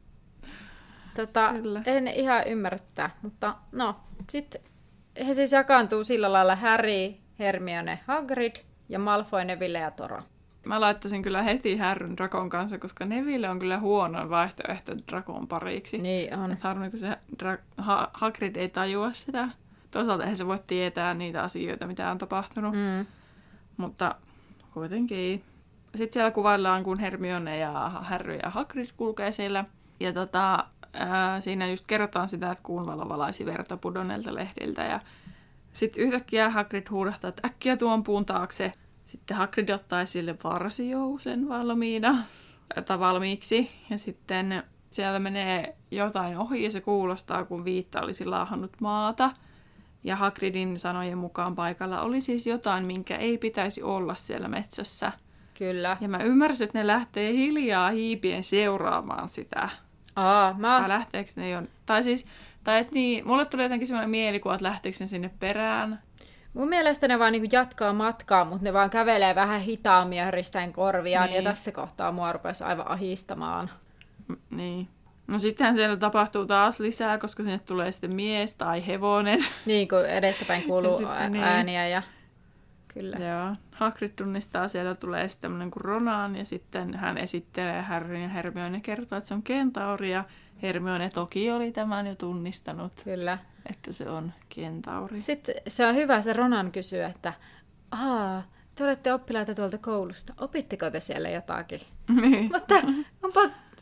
Tota, en ihan ymmärtää, mutta no, sitten... He siis jakaantuu sillä lailla Harry, Hermione, Hagrid ja Malfoy, Neville ja Tora. Mä laittaisin kyllä heti Harryn Drakon kanssa, koska Neville on kyllä huono vaihtoehto Drakon pariksi. Niin on. Että harmi, kun se Dra- ha- Hagrid ei tajua sitä. Toisaalta eihän se voi tietää niitä asioita, mitä on tapahtunut. Mm. Mutta kuitenkin. Sitten siellä kuvaillaan, kun Hermione ja Harry ja Hagrid kulkee siellä. Ja tota... Ää, siinä just kerrotaan sitä, että kuun valo valaisi verta pudonneelta lehdiltä. Ja sitten yhtäkkiä Hagrid huudahtaa, että äkkiä tuon puun taakse. Sitten Hagrid ottaa sille varsijousen valmiina, tai valmiiksi. Ja sitten siellä menee jotain ohi ja se kuulostaa, kun viitta olisi laahannut maata. Ja Hagridin sanojen mukaan paikalla oli siis jotain, minkä ei pitäisi olla siellä metsässä. Kyllä. Ja mä ymmärsin, että ne lähtee hiljaa hiipien seuraamaan sitä. Aa, mä... Tai lähteekö ne jo... Tai siis... Tai et niin... Mulle tuli jotenkin sellainen mielikuva, että lähteekö ne sinne perään. Mun mielestä ne vaan niinku jatkaa matkaa, mutta ne vaan kävelee vähän hitaammin ja ristäen korviaan. Niin. Ja tässä kohtaa mua rupesi aivan ahistamaan. M- niin. No sittenhän siellä tapahtuu taas lisää, koska sinne tulee sitten mies tai hevonen. Niin, kun edestäpäin kuuluu ja sitten, niin. ääniä ja... Kyllä. Joo. Hagrid tunnistaa, siellä tulee sitten tämmöinen kuin Ronan, ja sitten hän esittelee Harryn ja Hermione kertoo, että se on kentauri, ja Hermione toki oli tämän jo tunnistanut, Kyllä. että se on kentauri. Sitten se on hyvä, se Ronan kysyy, että aa, te olette oppilaita tuolta koulusta, opitteko te siellä jotakin? Niin. Mutta onpa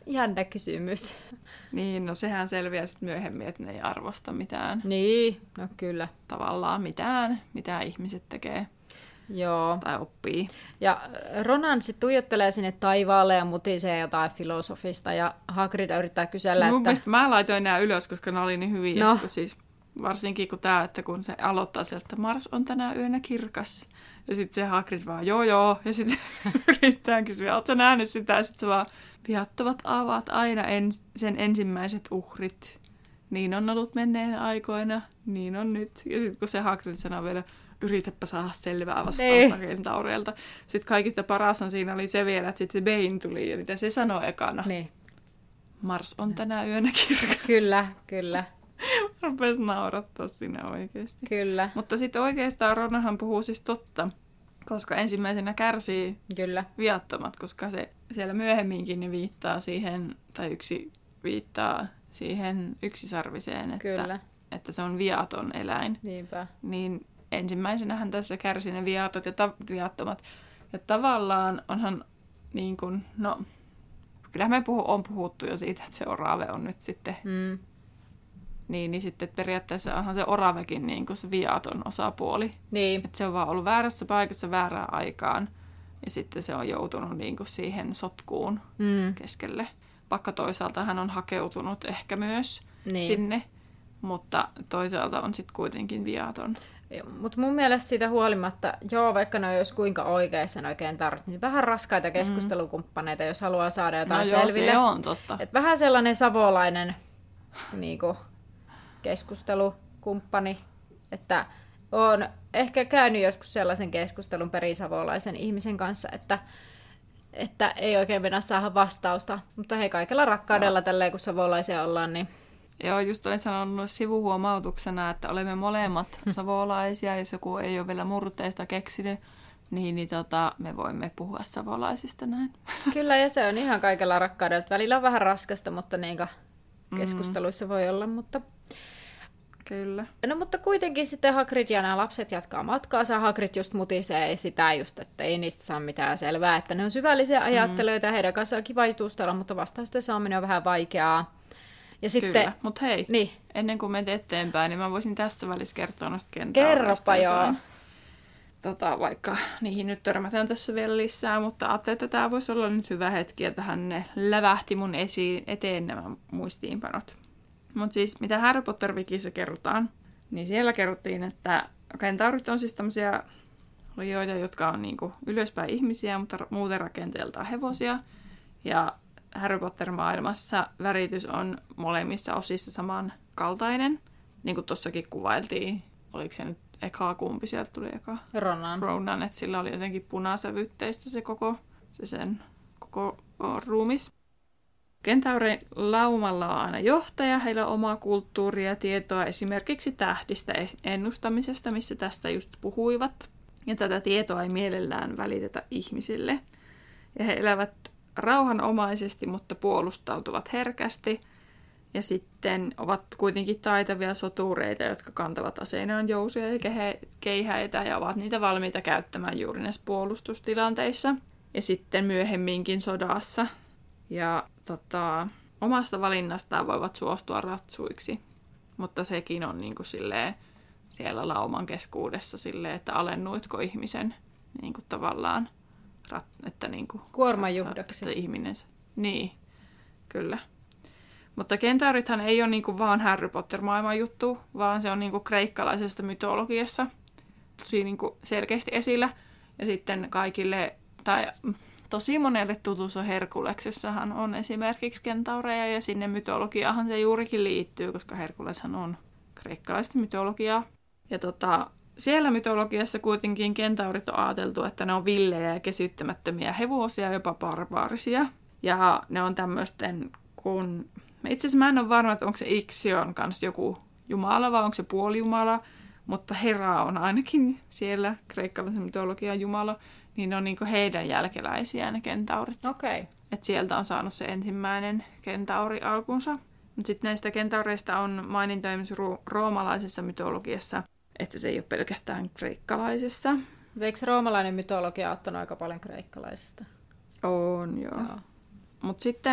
Jännä kysymys. Niin, no sehän selviää sitten myöhemmin, että ne ei arvosta mitään. Niin, no kyllä. Tavallaan mitään, mitä ihmiset tekee. Joo. Tai oppii. Ja Ronan sitten tuijottelee sinne taivaalle ja mutisee jotain filosofista ja Hagrid yrittää kysellä, no, että... Mistä mä laitoin nämä ylös, koska ne oli niin hyviä. No. Siis, varsinkin kun tämä, että kun se aloittaa sieltä, että Mars on tänä yönä kirkas. Ja sitten se Hagrid vaan, joo joo. Ja sitten yrittää kysyä, ootko sä nähnyt sitä? Ja sitten se vaan, viattomat avaat aina ens, sen ensimmäiset uhrit. Niin on ollut menneen aikoina, niin on nyt. Ja sitten kun se Hagrid sanoo vielä, yritäpä saada selvää vastausta kentaureilta. Sitten kaikista parashan siinä oli se vielä, että sitten se Bane tuli ja mitä se sanoi ekana. Niin. Mars on tänä yönä kirkas. Kyllä, kyllä. Rupesi naurattaa siinä oikeasti. Kyllä. Mutta sitten oikeastaan Ronanhan puhuu siis totta, koska ensimmäisenä kärsii Kyllä. viattomat, koska se siellä myöhemminkin ne viittaa siihen, tai yksi viittaa siihen yksisarviseen, että, Kyllä. että se on viaton eläin. Niinpä. Niin ensimmäisenähän tässä kärsii ne viatot ja ta- viattomat. Ja tavallaan onhan niin kuin, no, kyllähän me puhu, on puhuttu jo siitä, että se orave on nyt sitten, Mm. niin, niin sitten periaatteessa onhan se oravekin niin kuin se viaton osapuoli. Niin. Että se on vaan ollut väärässä paikassa väärään aikaan ja sitten se on joutunut niin kuin siihen sotkuun Mm. keskelle. Vaikka toisaalta hän on hakeutunut ehkä myös Niin. sinne, mutta toisaalta on sitten kuitenkin viaton. Mutta mun mielestä siitä huolimatta, joo, vaikka ne olisi kuinka oikeassa ne oikein tarvitse, niin vähän raskaita keskustelukumppaneita, jos haluaa saada jotain no joo, selville. se on totta. Et vähän sellainen savolainen niinku, keskustelukumppani, että on ehkä käynyt joskus sellaisen keskustelun perisavolaisen ihmisen kanssa, että, että ei oikein mennä saada vastausta, mutta hei, kaikella rakkaudella no. tälleen, kun savolaisia ollaan, niin... Joo, just olin sanonut sivuhuomautuksena, että olemme molemmat savolaisia, jos joku ei ole vielä murteista keksinyt, niin, niin tota, me voimme puhua savolaisista näin. Kyllä, ja se on ihan kaikella rakkaudella. Välillä on vähän raskasta, mutta niinkä keskusteluissa voi olla, mutta... Kyllä. No mutta kuitenkin sitten Hagrid ja nämä lapset jatkaa matkaansa. Hagrid just mutisee sitä just, että ei niistä saa mitään selvää, että ne on syvällisiä ajattelijoita ja heidän kanssaan on kiva jutustella, mutta vastausten saaminen on vähän vaikeaa. Ja sitten... Kyllä, mutta hei, niin. ennen kuin menet eteenpäin, niin mä voisin tässä välissä kertoa noista kentaureista. Kerropa joo. Tota, vaikka niihin nyt törmätään tässä vielä lisää, mutta ajattelin, että tämä voisi olla nyt hyvä hetki, että hän ne lävähti mun esiin, eteen nämä muistiinpanot. Mutta siis mitä Harry Potter-wikissä kerrotaan, niin siellä kerrottiin, että kentaurit on siis tämmöisiä olioita, jotka on niinku ylöspäin ihmisiä, mutta muuten rakenteeltaan hevosia. Ja Harry Potter-maailmassa väritys on molemmissa osissa samankaltainen. Niin kuin tuossakin kuvailtiin, oliko se nyt eka, kumpi sieltä tuli eka? Ronan. Ronan, että sillä oli jotenkin punasävytteistä se koko, se sen koko ruumis. Kentaurin laumalla on aina johtaja, heillä on omaa kulttuuria ja tietoa esimerkiksi tähdistä ennustamisesta, missä tästä just puhuivat. Ja tätä tietoa ei mielellään välitetä ihmisille. Ja he elävät rauhanomaisesti, mutta puolustautuvat herkästi. Ja sitten ovat kuitenkin taitavia sotureita, jotka kantavat aseinaan jousia ja keihäitä ja ovat niitä valmiita käyttämään juuri näissä puolustustilanteissa. Ja sitten myöhemminkin sodassa. Ja tota, omasta valinnastaan voivat suostua ratsuiksi, mutta sekin on niin kuin silleen, siellä lauman keskuudessa silleen, että alennuitko ihmisen niin kuin tavallaan, rat, että niin kuin, kuormajuhdaksi. Että ihminen, niin, kyllä. Mutta kentaurithan ei ole niin kuin vaan Harry Potter-maailman juttu, vaan se on niin kuin kreikkalaisesta mytologiassa tosi niin kuin selkeästi esillä. Ja sitten kaikille, tai tosi monelle tutussa Herkuleksessahan on esimerkiksi kentaureja, ja sinne mytologiaahan se juurikin liittyy, koska Herkuleshan on kreikkalaista mytologiaa. Ja tota, siellä mytologiassa kuitenkin kentaurit on ajateltu, että ne on villejä ja kesyttämättömiä hevosia, jopa barbaarisia. Ja ne on tämmöisten, kun... Itse asiassa mä en ole varma, että onko se Ixion kanssa joku jumala vai onko se puolijumala, mutta Hera on ainakin siellä kreikkalaisen mytologian jumala, niin ne on niinku heidän jälkeläisiä ne kentaurit. Okei. Okay. Et sieltä on saanut se ensimmäinen kentauri alkunsa. Mutta sitten näistä kentaureista on mainintoja myös ru- roomalaisessa mytologiassa, että se ei ole pelkästään kreikkalaisessa. Eikö roomalainen mytologia ottanut aika paljon kreikkalaisesta? On, joo. joo. Mutta sitten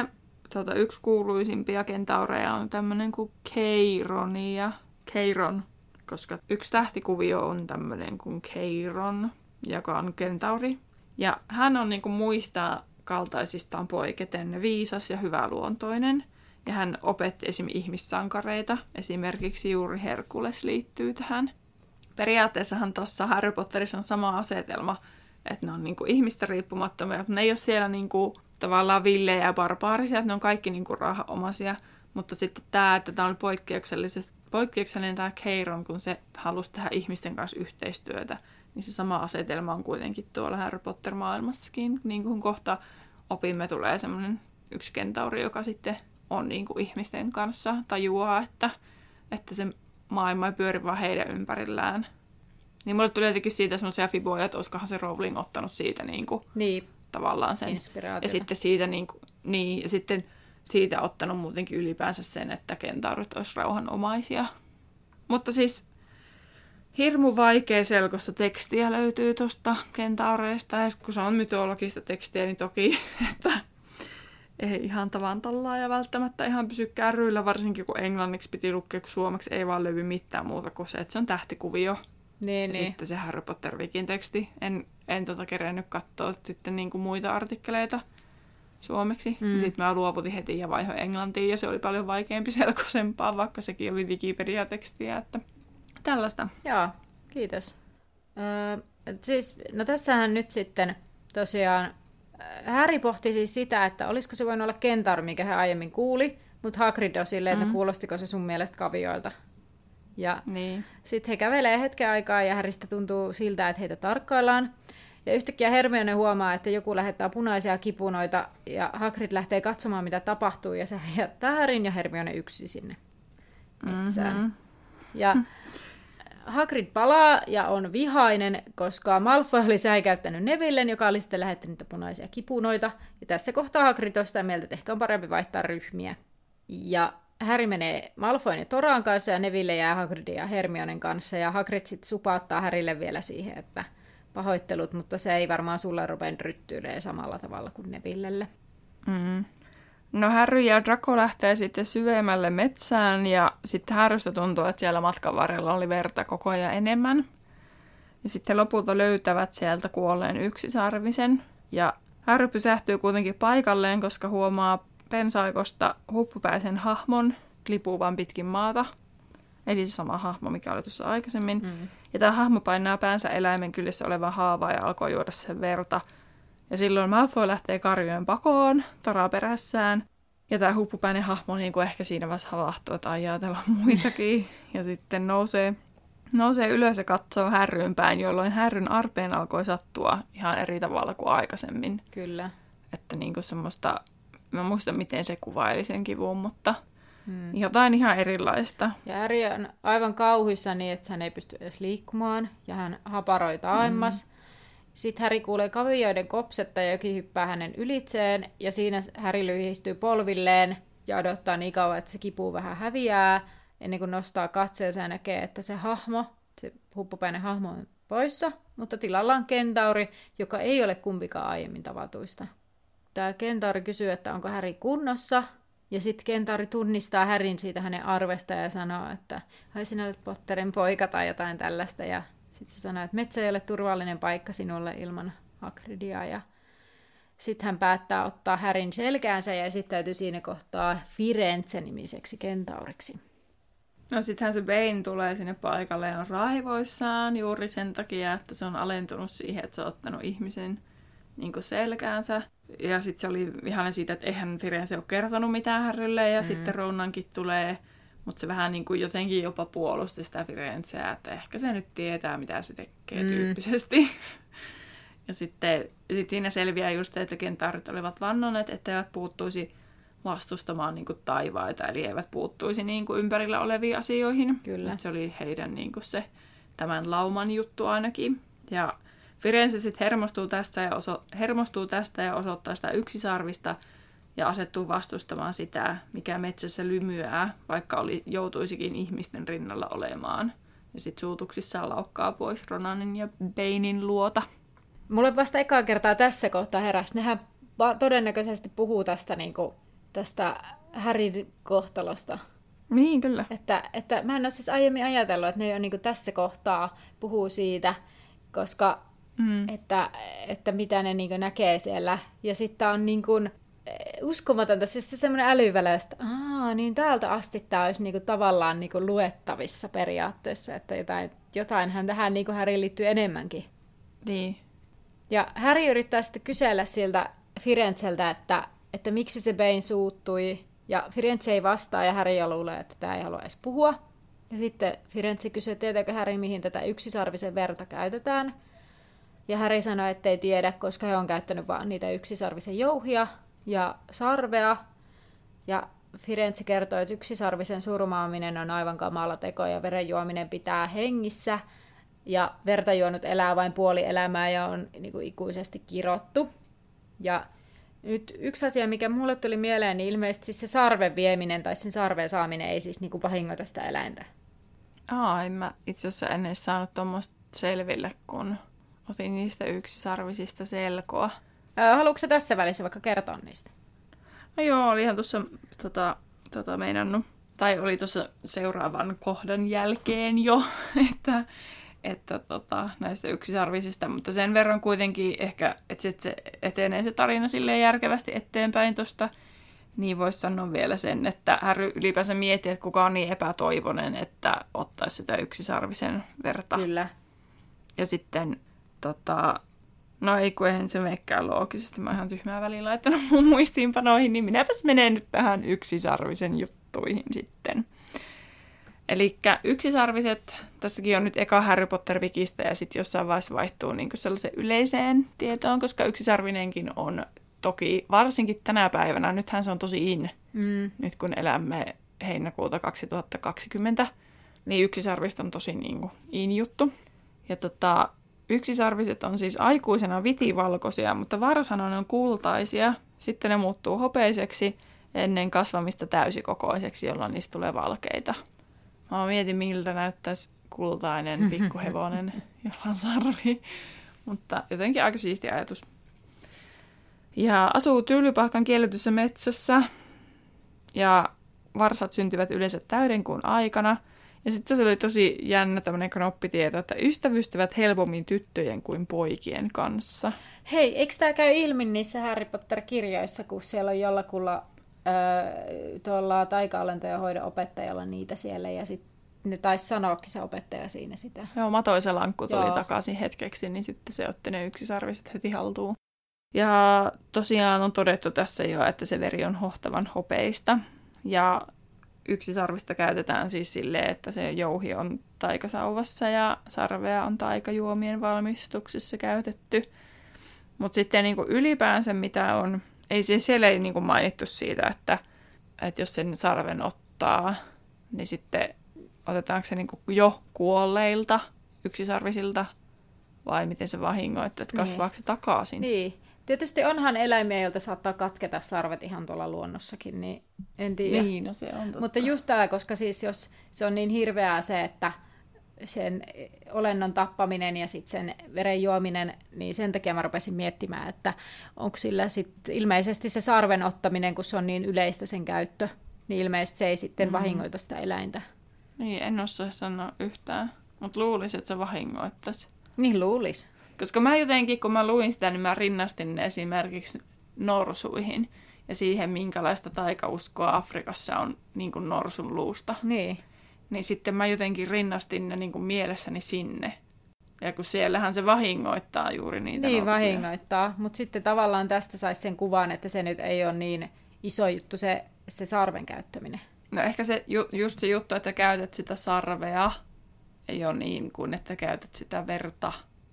tuota, yksi kuuluisimpia kentaureja on tämmöinen kuin Keironia. Keiron, koska yksi tähtikuvio on tämmöinen kuin Keiron, joka on kentauri. Ja hän on niin kuin muista kaltaisistaan poiketen viisas ja hyväluontoinen. Ja hän opetti esimerkiksi ihmissankareita. Esimerkiksi juuri Herkules liittyy tähän. Periaatteessahan tuossa Harry Potterissa on sama asetelma, että ne on niin kuin ihmistä riippumattomia. Ne ei ole siellä niin kuin tavallaan villejä ja barbaarisia, että ne on kaikki niin kuin rauhanomaisia. Mutta sitten tämä, että tämä oli poikkeuksellinen tämä Keiron, kun se halusi tehdä ihmisten kanssa yhteistyötä, niin se sama asetelma on kuitenkin tuolla Harry Potter-maailmassakin. Niin kuin kohta opimme tulee semmoinen yksi kentauri, joka sitten on niin kuin ihmisten kanssa, tajuaa, että, että se maailma ei pyöri vaan heidän ympärillään. Niin mulle tuli jotenkin siitä semmoisia fiboja, että olisikohan se Rowling ottanut siitä niin kuin, niin. tavallaan sen. Ja sitten siitä, niin kuin, niin, ja sitten siitä ottanut muutenkin ylipäänsä sen, että kentaurit olisi rauhanomaisia. Mutta siis hirmu vaikea selkoista tekstiä löytyy tuosta kentaureista. Ja kun se on mytologista tekstiä, niin toki, että ei ihan tavan tallaa ja välttämättä ihan pysy kärryillä, varsinkin kun englanniksi piti lukea, kun suomeksi ei vaan löydy mitään muuta kuin se, että se on tähtikuvio. Niin, ja niin. sitten se Harry Potter Wikin teksti. En, en tota kerennyt katsoa sitten niinku muita artikkeleita suomeksi. Mm. Sitten mä luovutin heti ja vaihoin englantiin, ja se oli paljon vaikeampi selkoisempaa, vaikka sekin oli Wikipedia-tekstiä. Että tällaista. Joo, kiitos. Öö, siis, no tässähän nyt sitten tosiaan Harry pohti siis sitä, että olisiko se voinut olla kentauri, mikä hän aiemmin kuuli, mutta Hagrid on silleen, että mm. kuulostiko se sun mielestä kavioilta. Ja niin. Sitten he kävelee hetken aikaa ja Harrystä tuntuu siltä, että heitä tarkkaillaan. Ja yhtäkkiä Hermione huomaa, että joku lähettää punaisia kipunoita ja Hagrid lähtee katsomaan, mitä tapahtuu. Ja se jättää Harryn ja Hermione yksi sinne metsään. Mm-hmm. Ja Hagrid palaa ja on vihainen, koska Malfoy oli säikäyttänyt Nevillen, joka oli sitten lähettänyt niitä punaisia kipunoita. Ja tässä kohtaa Hagrid on sitä mieltä, että ehkä on parempi vaihtaa ryhmiä. Ja Harry menee Malfoyn ja Toran kanssa ja Neville jää Hagridin ja Hermionen kanssa. Ja Hagrid sitten supauttaa Harrylle vielä siihen, että pahoittelut, mutta se ei varmaan sulle rupen ryttyilee samalla tavalla kuin Nevillelle. Mm. No Harry ja Draco lähtee sitten syvemmälle metsään ja sitten Harrystä tuntuu, että siellä matkan varrella oli verta koko ajan enemmän. Ja sitten lopulta löytävät sieltä kuolleen yksisarvisen. Ja Harry pysähtyy kuitenkin paikalleen, koska huomaa pensaikosta huppupäisen hahmon lipuvan pitkin maata. Eli se sama hahmo, mikä oli tuossa aikaisemmin. Mm. Ja tämä hahmo painaa päänsä eläimen kyljessä olevan haavaa ja alkoi juoda sen verta. Ja silloin Malfoy lähtee karjojen pakoon, Tora perässään. Ja tämä huppupäinen hahmo niin kuin ehkä siinä vaiheessa havahtuu, että ajatella muitakin. Ja sitten nousee, nousee ylös ja katsoo Harryn päin, jolloin Harryn arpeen alkoi sattua ihan eri tavalla kuin aikaisemmin. Kyllä. Että niin kuin semmoista, mä muistan miten se kuvaili sen kivun, mutta hmm. jotain ihan erilaista. Ja Harry on aivan kauhuissa niin, että hän ei pysty edes liikkumaan ja hän haparoi taaemmas. Hmm. Sitten Harry kuulee kavioiden kopsetta ja jokin hyppää hänen ylitseen ja siinä Harry lyhistyy polvilleen ja odottaa niin kauan, että se kipu vähän häviää ennen kuin nostaa katseensa ja näkee, että se hahmo, se huppupäinen hahmo on poissa, mutta tilalla on kentauri, joka ei ole kumpikaan aiemmin tavatuista. Tämä kentauri kysyy, että onko Harry kunnossa ja sitten kentauri tunnistaa Harryn siitä hänen arvesta ja sanoo, että ai sinä olet Potterin poika tai jotain tällaista ja sitten se sanoo, että metsä ei ole turvallinen paikka sinulle ilman Hagridia. Ja sitten hän päättää ottaa Harryn selkäänsä ja esittäytyy siinä kohtaa Firenze-nimiseksi kentauriksi. No sittenhän se Bane tulee sinne paikalle ja on raivoissaan juuri sen takia, että se on alentunut siihen, että se on ottanut ihmisen niin kuin selkäänsä. Ja sitten se oli vihainen siitä, että eihän Firenze ole kertonut mitään Harrylle ja mm. sitten Ronankin tulee. Mutta se vähän niin kuin jotenkin jopa puolusti sitä Firenzeä, että ehkä se nyt tietää, mitä se tekee mm. tyyppisesti. Ja sitten sit siinä selviää just se, että kentaurit olivat vannoneet, että eivät puuttuisi vastustamaan niin kuin taivaita, eli eivät puuttuisi niin kuin ympärillä oleviin asioihin. Kyllä. Se oli heidän niin kuin se tämän lauman juttu ainakin. Ja Firenze sitten hermostuu tästä ja, oso- hermostuu tästä ja osoittaa sitä yksisarvista, ja asettuu vastustamaan sitä, mikä metsässä lymyää, vaikka oli, joutuisikin ihmisten rinnalla olemaan. Ja sitten suutuksissaan laukkaa pois Ronanin ja Banein luota. Mulle vasta ekaa kertaa tässä kohtaa heräsi. Nehän todennäköisesti puhuu tästä niinku tästä Harryn kohtalosta. Niin, kyllä. Että, että mä en ole siis aiemmin ajatellut, että ne jo niin kuin tässä kohtaa puhuu siitä, koska mm. että, että mitä ne niin kuin näkee siellä. Ja sitten on niin kuin uskomatonta, siis se semmoinen älyvälä, että aah, niin täältä asti tämä olisi niin kuin tavallaan niin kuin luettavissa periaatteessa, että jotain, jotainhan tähän niin kuin Harryyn liittyy enemmänkin. Niin. Ja Harry yrittää sitten kysellä siltä Firenzeltä, että, että miksi se Bane suuttui. Ja Firenze ei vastaa ja Harry luulee, että tämä ei halua edes puhua. Ja sitten Firenze kysyy, että tietääkö Harry, mihin tätä yksisarvisen verta käytetään. Ja Harry sanoi, että ei tiedä, koska he on käyttänyt vaan niitä yksisarvisen jouhia ja sarvea. Ja Firenze kertoo, että yksisarvisen surmaaminen on aivan kamala teko ja veren juominen pitää hengissä. Ja verta juonut elää vain puoli elämää ja on niin kuin ikuisesti kirottu. Ja nyt yksi asia, mikä mulle tuli mieleen, niin ilmeisesti siis se sarven vieminen tai sen sarven saaminen ei siis niin kuin vahingoita sitä eläintä. Aa, en mä itse asiassa ennen saanut tuommoista selville, kun otin niistä yksisarvisista selkoa. Ää, haluatko sä tässä välissä vaikka kertoa niistä? No joo, oli ihan tuossa tota, tota meinannut, tai oli tuossa seuraavan kohdan jälkeen jo, että, että tota, näistä yksisarvisista, mutta sen verran kuitenkin ehkä, että sit se etenee se tarina silleen järkevästi eteenpäin tuosta, niin voisi sanoa vielä sen, että Harry ylipäänsä miettii, että kuka on niin epätoivoinen, että ottaisi sitä yksisarvisen verta. Kyllä. Ja sitten, tota, no ei kun eihän se menekään loogisesti, mä oon ihan tyhmää väliin laittanut mun muistiinpanoihin, niin minäpäs menen nyt tähän yksisarvisen juttuihin sitten. Elikkä yksisarviset, tässäkin on nyt eka Harry Potter-wikistä ja sitten jossain vaiheessa vaihtuu niin kuin sellaiseen yleiseen tietoon, koska yksisarvinenkin on toki varsinkin tänä päivänä, nythän se on tosi in, mm. nyt kun elämme heinäkuuta kaksituhattakaksikymmentä, niin yksisarvista on tosi niin kuin in juttu. Ja tota, yksisarviset on siis aikuisena vitivalkoisia, mutta varsana ne on kultaisia, sitten ne muuttuu hopeiseksi ennen kasvamista täysikokoiseksi, jolloin niistä tulee valkeita. Mä mietin, miltä näyttäisi kultainen pikkuhevonen, jolla on sarvi, mutta jotenkin aika siisti ajatus. Ja asuu Tylypahkan kielletyssä metsässä ja varsat syntyvät yleensä täydenkuun aikana. Ja sitten se oli tosi jännä tämmöinen knoppitieto, että ystävystyvät helpommin tyttöjen kuin poikien kanssa. Hei, eikö tämä käy ilmi niissä Harry Potter-kirjoissa, kun siellä on jollakulla öö, tuolla taika-alentojen hoidon opettajalla niitä siellä ja sitten ne taisi sanoakin se opettaja siinä sitä. Joo, Matoisen lankku tuli Joo. takaisin hetkeksi, niin sitten se otti ne yksisarviset heti haltuun. Ja tosiaan on todettu tässä jo, että se veri on hohtavan hopeista. Ja yksisarvista käytetään siis silleen, että se jouhi on taikasauvassa ja sarvea on taikajuomien valmistuksessa käytetty. Mutta sitten niin kuin ylipäänsä mitä on, ei siis siellä ei niin kuin mainittu siitä, että, että jos sen sarven ottaa, niin sitten otetaanko se niin kuin jo kuolleilta yksisarvisilta vai miten se vahingoittaa, että kasvaako se takaisin. Niin. Tietysti onhan eläimiä, joilta saattaa katketa sarvet ihan tuolla luonnossakin, niin en tiedä. Niin, no se on totta. Mutta just tämä, koska siis jos se on niin hirveää se, että sen olennon tappaminen ja sitten sen veren juominen, niin sen takia mä rupesin miettimään, että onko sillä sitten ilmeisesti se sarven ottaminen, kun se on niin yleistä sen käyttö, niin ilmeisesti se ei sitten mm. vahingoita sitä eläintä. Niin, en osaa sanoa yhtään, mutta luulisin, että se vahingoittaisi. Niin luulisi. Koska mä jotenkin, kun mä luin sitä, niin mä rinnastin ne esimerkiksi norsuihin ja siihen, minkälaista taikauskoa Afrikassa on niin kuin norsun luusta. Niin. Niin sitten mä jotenkin rinnastin ne niin kuin mielessäni sinne. Ja kun siellähän se vahingoittaa juuri niitä Niin, norsuja. vahingoittaa. Mutta sitten tavallaan tästä saisi sen kuvan, että se nyt ei ole niin iso juttu se, se sarven käyttäminen. No ehkä se, ju, just se juttu, että käytät sitä sarvea, ei ole niin kuin, että käytät sitä verta.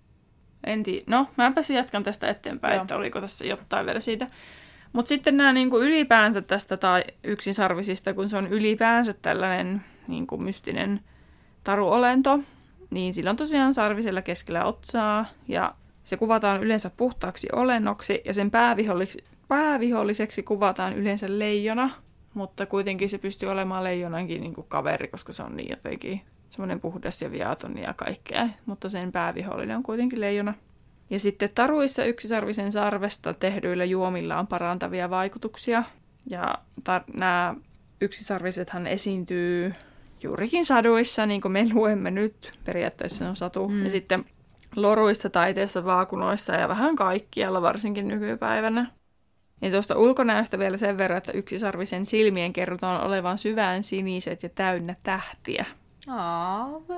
En tiedä. No, mäpä jatkan tästä eteenpäin, Joo. että oliko tässä jotain vielä siitä. Mutta sitten nämä niin kuin ylipäänsä tästä tai yksisarvisista, kun se on ylipäänsä tällainen niin kuin mystinen taruolento, niin sillä on tosiaan sarvisella keskellä otsaa, ja se kuvataan yleensä puhtaaksi olennoksi, ja sen pääviholliseksi, pääviholliseksi kuvataan yleensä leijona, mutta kuitenkin se pystyy olemaan leijonankin niin kuin kaveri, koska se on niin jotenkin semmoinen puhdas ja viaton ja kaikkea, mutta sen päävihollinen on kuitenkin leijona. Ja sitten taruissa yksisarvisen sarvesta tehdyillä juomilla on parantavia vaikutuksia. Ja tar- nämä yksisarvisethan esiintyy juurikin saduissa, niin kuin me luemme nyt. Periaatteessa on satu. Mm. Ja sitten loruissa, taiteessa, vaakunoissa ja vähän kaikkialla, varsinkin nykypäivänä. Ja tuosta ulkonäöstä vielä sen verran, että yksisarvisen silmien kerrotaan olevan syvään siniset ja täynnä tähtiä. Aave.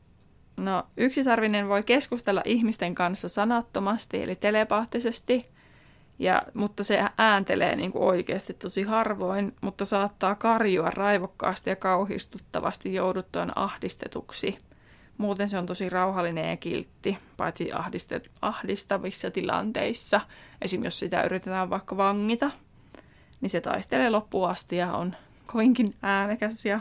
No, yksisarvinen voi keskustella ihmisten kanssa sanattomasti, eli telepaattisesti, ja, mutta se ääntelee niin kuin oikeasti tosi harvoin, mutta saattaa karjua raivokkaasti ja kauhistuttavasti jouduttuaan ahdistetuksi. Muuten se on tosi rauhallinen ja kiltti, paitsi ahdistet, ahdistavissa tilanteissa. Esimerkiksi jos sitä yritetään vaikka vangita, niin se taistelee loppuun asti ja on kovinkin äänekäs ja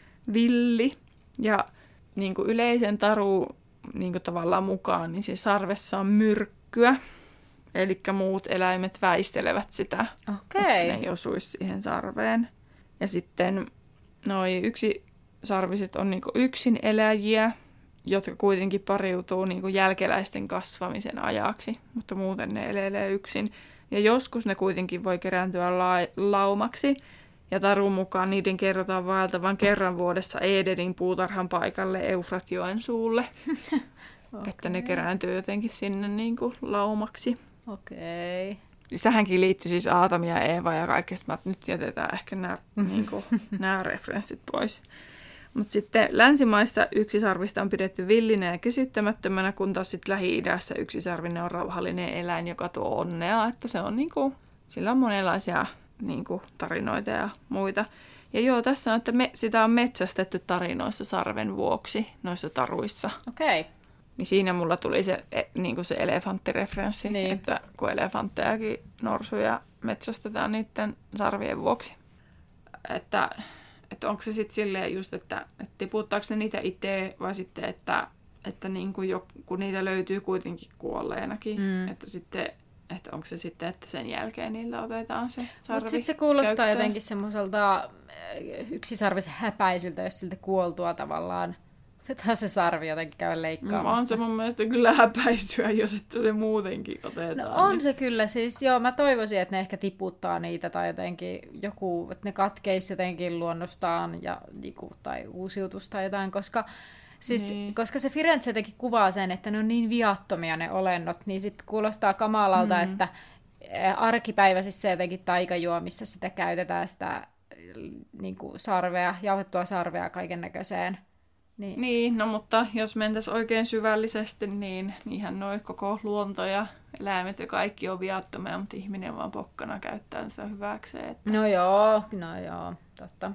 villi. Ja niin kuin yleisen taru niin kuin tavallaan mukaan, niin se sarvessa on myrkkyä. Eli muut eläimet väistelevät sitä, Okei. että ne ei osuisi siihen sarveen. Ja sitten noi yksisarviset on niin kuin yksin eläjiä, jotka kuitenkin pariutuu niin kuin jälkeläisten kasvamisen ajaksi, mutta muuten ne elelee yksin. Ja joskus ne kuitenkin voi kerääntyä la- laumaksi, ja tarun mukaan niiden kerrotaan vaeltavan kerran vuodessa Edenin puutarhan paikalle Eufratjoen suulle. Okay. Että ne kerääntyy jotenkin sinne niin kuin laumaksi. Okei. Okay. Tähänkin liittyy siis Aatami ja Eeva ja kaikesta. Nyt jätetään ehkä nämä, niin kuin, nämä referenssit pois. Mutta sitten länsimaissa yksisarvista on pidetty villinä ja kysyttämättömänä, kun taas sitten Lähi-idässä yksisarvinen on rauhallinen eläin, joka tuo onnea. Että se on niinku, sillä on monenlaisia niinku, tarinoita ja muita. Ja joo, tässä on, että me, sitä on metsästetty tarinoissa sarven vuoksi, noissa taruissa. Okei. Okay. Niin siinä mulla tuli se, niinku se elefanttireferenssi, niin. Että kun elefanttejakin norsuja metsästetään niiden sarvien vuoksi. Että... Että onko se sitten silleen just, että, että tiputtaako ne niitä itse vai sitten, että, että niin kuin jo, kun niitä löytyy kuitenkin kuolleenakin, mm. että sitten, että onko se sitten, että sen jälkeen niiltä otetaan se sarvi. Mutta sitten se kuulostaa käyttöön. Jotenkin semmoiselta yksisarvisen häpäisyltä, jos siltä kuoltua tavallaan otetaan se sarvi jotenkin käydä leikkaamassa. No on se mun mielestä kyllä häpäisyä, jos että se muutenkin otetaan. No on niin. Se kyllä. Siis joo, mä toivoisin, että ne ehkä tiputtaa niitä tai jotenkin joku, että ne katkeisi jotenkin luonnostaan ja, tai uusiutus tai jotain, koska, siis, niin. koska se Firenze jotenkin kuvaa sen, että ne on niin viattomia ne olennot, niin sitten kuulostaa kamalalta, mm. että arkipäiväisissä jotenkin taikajuomissa sitä käytetään sitä niin kuin sarvea, jauhettua sarvea kaiken näköiseen. Niin. niin, no mutta jos mentäisiin oikein syvällisesti, niin niinhän noi koko luonto ja eläimet ja kaikki on viattomia, mutta ihminen vaan pokkana käyttää sitä hyväkseen. Että... No joo, no joo, totta.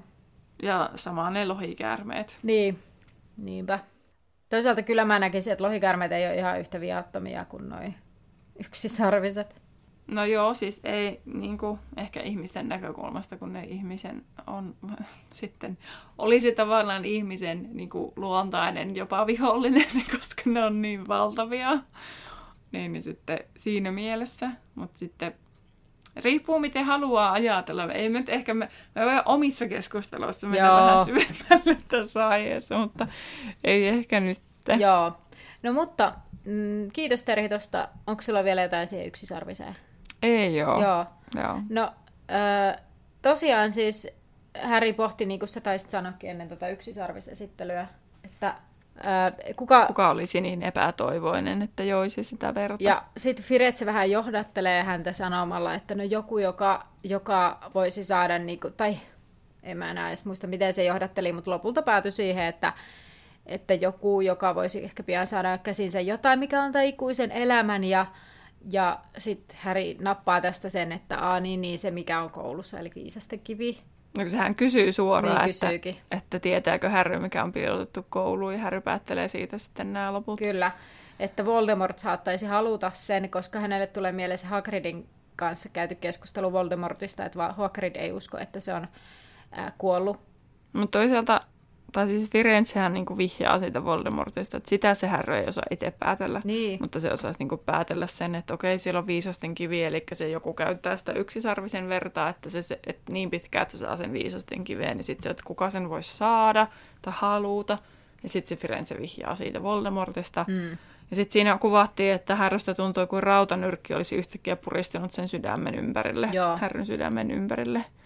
Ja sama ne lohikäärmeet. Niin, niinpä. Toisaalta kyllä mä näkisin, että lohikäärmeet ei ole ihan yhtä viattomia kuin noi yksisarviset. No joo, siis ei niin kuin, ehkä ihmisten näkökulmasta, kun ne ihmisen on sitten, olisi tavallaan ihmisen niin kuin, luontainen jopa vihollinen, koska ne on niin valtavia. Niin, niin sitten siinä mielessä, mutta sitten riippuu miten haluaa ajatella. Ei me nyt ehkä, me, me voidaan omissa keskusteluissa mennä joo. vähän syvemmälle tässä aiheessa, mutta ei ehkä nyt. Joo, no mutta mm, kiitos Terhi tuosta. Onko sulla vielä jotain siihen yksisarviseen? Ei joo. Joo. joo. No äh, tosiaan siis Harry pohti, niin kuin sä taisit sanoakin ennen tätä yksisarvisesittelyä, että äh, kuka... kuka olisi niin epätoivoinen, että joisi sitä verta. Ja sitten Firenze vähän johdattelee häntä sanomalla, että no joku, joka, joka voisi saada, niin kuin, tai en mä enää edes muista, miten se johdatteli, mutta lopulta päätyi siihen, että että joku, joka voisi ehkä pian saada käsinsä jotain, mikä on ikuisen elämän, ja Ja sitten Harry nappaa tästä sen, että aa niin, niin se mikä on koulussa, eli viisasten kivi. No sehän kysyy suoraan, niin että, että tietääkö Harry, mikä on piilotettu kouluun, ja Harry päättelee siitä sitten nämä loput. Kyllä, että Voldemort saattaisi haluta sen, koska hänelle tulee mieleen se Hagridin kanssa käyty keskustelu Voldemortista, että Hagrid ei usko, että se on ää, kuollut. Mutta toisaalta, tai siis Firenzehän niinku vihjaa siitä Voldemortista, että sitä se Harry ei osaa itse päätellä. Niin. Mutta se osaisi niinku päätellä sen, että okei, siellä on viisasten kivi, eli se joku käyttää sitä yksisarvisen vertaa, että se, se että niin pitkään, että se saa sen viisasten kiveen, niin sitten se, että kuka sen voisi saada tai haluta. Ja sitten se Firenze vihjaa siitä Voldemortista. Mm. Ja sitten siinä kuvattiin, että Harrystä tuntui kuin rautanyrkki olisi yhtäkkiä puristunut sen sydämen ympärille, Harryn sydämen ympärille.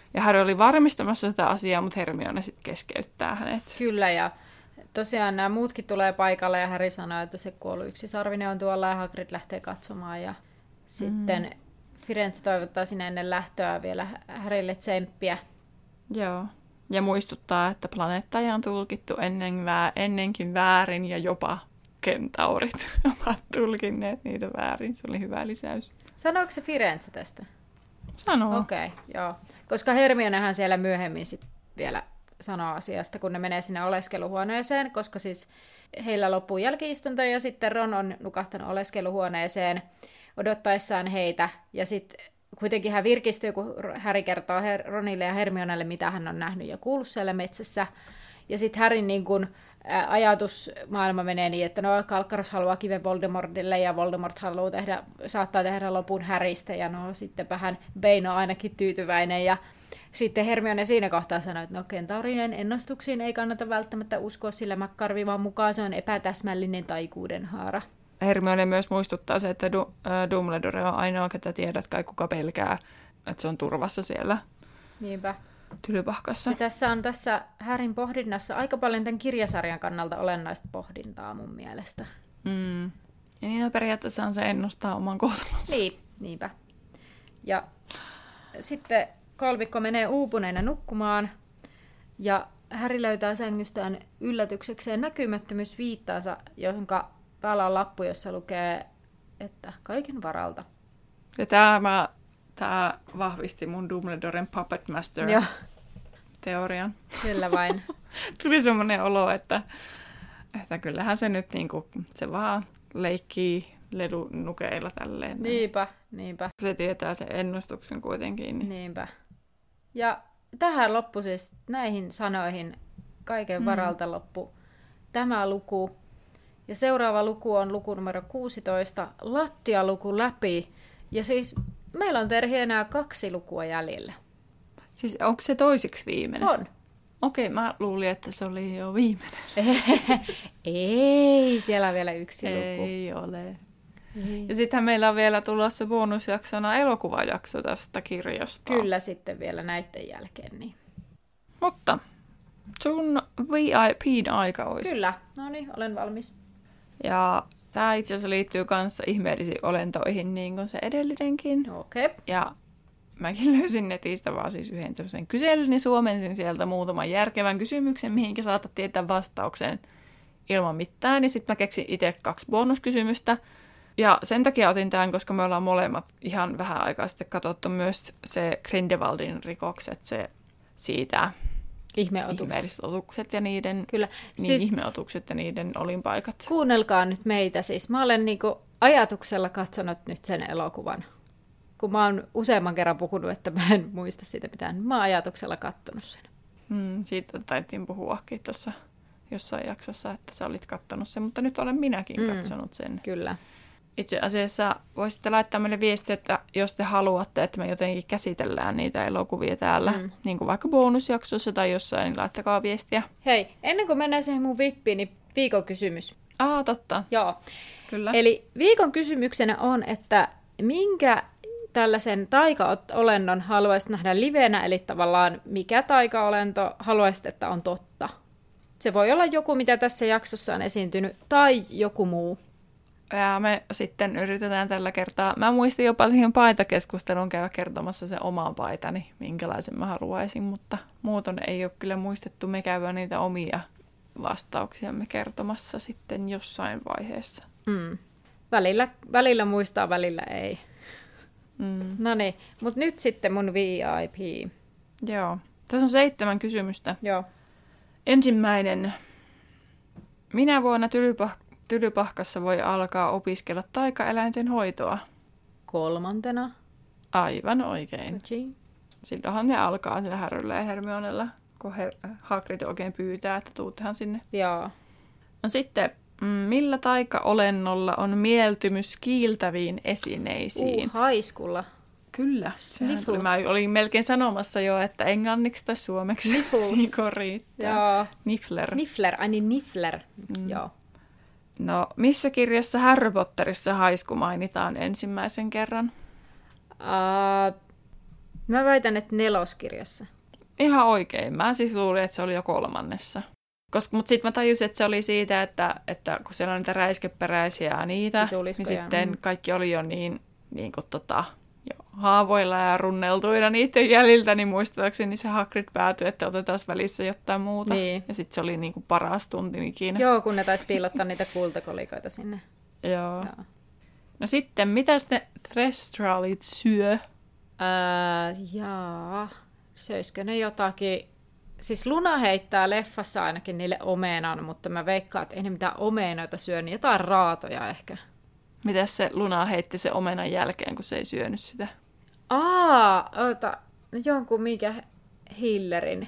Ja Harry oli varmistamassa sitä asiaa, mutta Hermione sitten keskeyttää hänet. Kyllä, ja tosiaan nämä muutkin tulee paikalle, ja Harry sanoo, että se kuollut yksisarvinen on tuolla, ja Hagrid lähtee katsomaan, ja sitten mm. Firenze toivottaa sinne ennen lähtöä vielä Harrylle tsemppiä. Joo. Ja muistuttaa, että planeettoja on tulkittu ennen vää, ennenkin väärin ja jopa kentaurit ovat tulkinneet niitä väärin. Se oli hyvä lisäys. Sanoiko se Firenze tästä? Sanoo. Okei, okay, joo. Koska Hermionehan siellä myöhemmin sit vielä sanoo asiasta, kun ne menee sinne oleskeluhuoneeseen, koska siis heillä loppuu jälki-istunto ja sitten Ron on nukahtanut oleskeluhuoneeseen odottaessaan heitä. Ja sitten kuitenkin hän virkistyy, kun Harry kertoo Ronille ja Hermionelle, mitä hän on nähnyt ja kuullut siellä metsässä. Ja sitten Harryn niin kun, ä, ajatusmaailma menee niin, että no Kalkkaros haluaa kiven Voldemortille ja Voldemort haluaa tehdä, saattaa tehdä lopun Harrystä ja no sittenpä hän Bane on ainakin tyytyväinen ja sitten Hermione siinä kohtaa sanoi, että no kentaurinen ennustuksiin ei kannata välttämättä uskoa, sillä McCarthy vaan mukaan se on epätäsmällinen taikuudenhaara. Hermione myös muistuttaa se, että du- äh, Dumbledore on ainoa, ketä tiedät kai kuka pelkää, että se on turvassa siellä. Niinpä. Tylypahkassa. Ja tässä on tässä Harryn pohdinnassa aika paljon tämän kirjasarjan kannalta olennaista pohdintaa mun mielestä. Mm. Ja niin periaatteessa se ennustaa oman kohtalonsa. Niin, niinpä. Ja sitten kolmikko menee uupuneena nukkumaan ja Harry löytää sängystään yllätyksekseen näkymättömyysviittaansa, jonka päällä on lappu, jossa lukee, että kaiken varalta. Ja tämä, tämä vahvisti mun Dumbledoren Puppet Master-teorian. Kyllä vain. Tuli semmoinen olo, että, että kyllähän se nyt niinku, se vaan leikkii ledunukeilla tälleen. Niinpä, niinpä. Se tietää sen ennustuksen kuitenkin. Niin. Niinpä. Ja tähän loppu siis näihin sanoihin kaiken varalta mm. loppu tämä luku. Ja seuraava luku on luku numero kuusitoista, lattialuku läpi. Ja siis meillä on Terhi enää kaksi lukua jäljellä. Siis onko se toisiksi viimeinen? On. Okei, mä luulin, että se oli jo viimeinen. Ei, siellä on vielä yksi Ei luku. Ei ole. Ei. Ja sittenhän meillä on vielä tulossa bonusjaksona elokuvajakso tästä kirjasta. Kyllä sitten vielä näiden jälkeen. Niin. Mutta sun V I P:n aika olisi. Kyllä, no niin, olen valmis. Ja tämä itse asiassa liittyy kanssa ihmeellisiin olentoihin, niin kuin se edellinenkin. Okei. Okay. Ja mäkin löysin netistä vaan siis yhden tämmöisen kyselyn, niin suomensin sieltä muutaman järkevän kysymyksen, mihinkä saatat tietää vastauksen ilman mitään. Ja sitten mä keksin itse kaksi bonuskysymystä. Ja sen takia otin tämän, koska me ollaan molemmat ihan vähän aikaa sitten katsottu myös se Grindelwaldin rikokset, se siitä Ihmeotukset. ihmeelliset otukset ja niiden, Kyllä. niin Siis, ihmeotukset ja niiden olinpaikat. Kuunnelkaa nyt meitä. Siis mä olen niinku ajatuksella katsonut nyt sen elokuvan. Kun mä oon useamman kerran puhunut, että mä en muista siitä mitään. Mä oon ajatuksella katsonut sen. Mm, siitä taittiin puhuakin tuossa jossain jaksossa, että sä olit katsonut sen, mutta nyt olen minäkin mm, katsonut sen. Kyllä. Itse asiassa voisitte laittaa meille viestiä, että jos te haluatte, että me jotenkin käsitellään niitä elokuvia täällä, mm. niin kuin vaikka bonusjaksossa tai jossain, niin laittakaa viestiä. Hei, ennen kuin mennään siihen mun vippiin, niin viikon kysymys. Aa, totta. Joo. Kyllä. Eli viikon kysymyksenä on, että minkä tällaisen taikaolennon haluaisit nähdä livenä, eli tavallaan mikä taikaolento haluaisit, että on totta? Se voi olla joku, mitä tässä jaksossa on esiintynyt, tai joku muu. Ja me sitten yritetään tällä kertaa, mä muistin jopa siihen paitakeskusteluun käydä kertomassa se oman paitani, minkälaisen mä haluaisin, mutta muuten ei ole kyllä muistettu, me käydään niitä omia vastauksiamme kertomassa sitten jossain vaiheessa. Mm. Välillä, välillä muistaa, välillä ei. Mm. No niin, mutta nyt sitten mun V I P. Joo, tässä on seitsemän kysymystä. Joo. Ensimmäinen. Minä vuonna tylypah- Tylypahkassa voi alkaa opiskella taikaeläinten hoitoa? Kolmantena. Aivan oikein. Ochi. Silloinhan ne alkaa sillä Harryllä ja Hermionella, kun Her- Hagrid oikein pyytää, että tuuttehan sinne. Joo. No sitten, millä taikaolennolla on mieltymys kiiltäviin esineisiin? Uh, haiskulla. Kyllä. Tuli, mä olin melkein sanomassa jo, että englanniksi tai suomeksi. Niffles. Niin riittää. Joo. Niffler. Niffler, ai niin Niffler. Mm. Joo. No, missä kirjassa Harry Potterissa haisku mainitaan ensimmäisen kerran? Uh, Mä väitän, että neloskirjassa. Ihan oikein. Mä siis luulin, että se oli jo kolmannessa. Koska, mutta sitten mä tajusin, että se oli siitä, että, että kun siellä on niitä räiskeperäisiä ja niitä, niin sitten kaikki oli jo niin, niin kuin tota, jo haavoilla ja runneltuina niiden jäljiltä, niin muistaakseni se Hagrid päätyi, että otetaan välissä jotain muuta. Niin. Ja sitten se oli niin kuin paras tunti ikinä. Joo, kun ne taisi piilottaa niitä kultakolikoita sinne. Joo. Joo. No sitten, mitäs ne Thestralit syö? Ää, jaa, söisikö ne jotakin? Siis Luna heittää leffassa ainakin niille omenan, mutta mä veikkaan, että ei ne mitään omenoita syö, niin jotain raatoja ehkä. Mitäs se Luna heitti se omenan jälkeen, kun se ei syönyt sitä? Aa, ota, jonkun mikä Hillerin.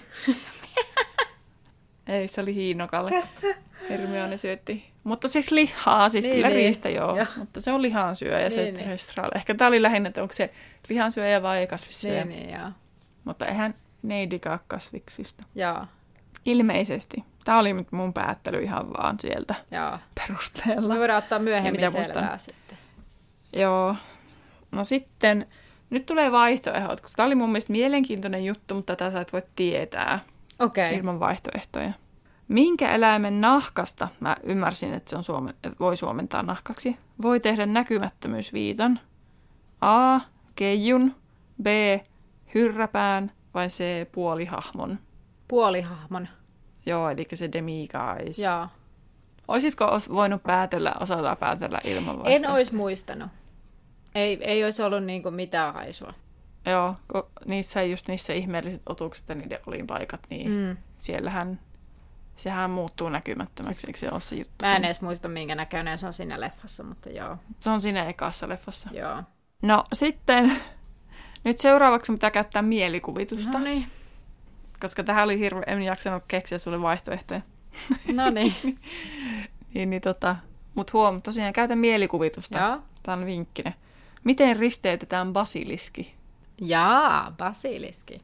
Ei, se oli Hiinokalle. Hermione syötti. Mutta siis lihaa, siis niin, kyllä niin. riistä joo. Ja. Mutta se on lihansyöjä ja niin, se Thestral. Ehkä tämä oli lähinnä, että onko se lihansyöjä vai kasvissyöjä. Niin, niin, joo. Mutta eihän ne ei digaa kasviksista. Joo. Ilmeisesti. Tämä oli mun päättely ihan vaan sieltä joo. perusteella. Me voidaan ottaa myöhemmin selvää sitten. Joo. No sitten, nyt tulee vaihtoehdot, koska tämä oli mun mielestä mielenkiintoinen juttu, mutta tätä sä et voi tietää okay. ilman vaihtoehtoja. Minkä eläimen nahkasta, mä ymmärsin, että se on suomen, että voi suomentaa nahkaksi, voi tehdä näkymättömyysviitan? A. Keijun, B. Hyrräpään vai C. Puolihahmon? Puolihahmon. Joo, eli se demiguise. Joo. Oisitko os- voinut päätellä, osata päätellä ilman vaihtoehtoja? En olisi muistanut. Ei, ei olisi ollut niinku mitään haisua. Joo, niissä just niissä ihmeelliset otukset ja niiden olinpaikat, niin mm. siellähän sehän muuttuu näkymättömäksi, eikö se ole se juttu? Mä en edes muista, minkä näköinen se on siinä leffassa, mutta joo. Se on siinä ekassa leffassa. Joo. No sitten, nyt seuraavaksi pitää käyttää mielikuvitusta. No niin. Koska tähän oli hirveän, en jaksanut keksiä sulle vaihtoehtoja. No niin. niin, niin tota, mut huom, tosiaan käytä mielikuvitusta. Joo. Tämä on vinkkinen. Miten risteytetään basiliski? Jaa, basiliski.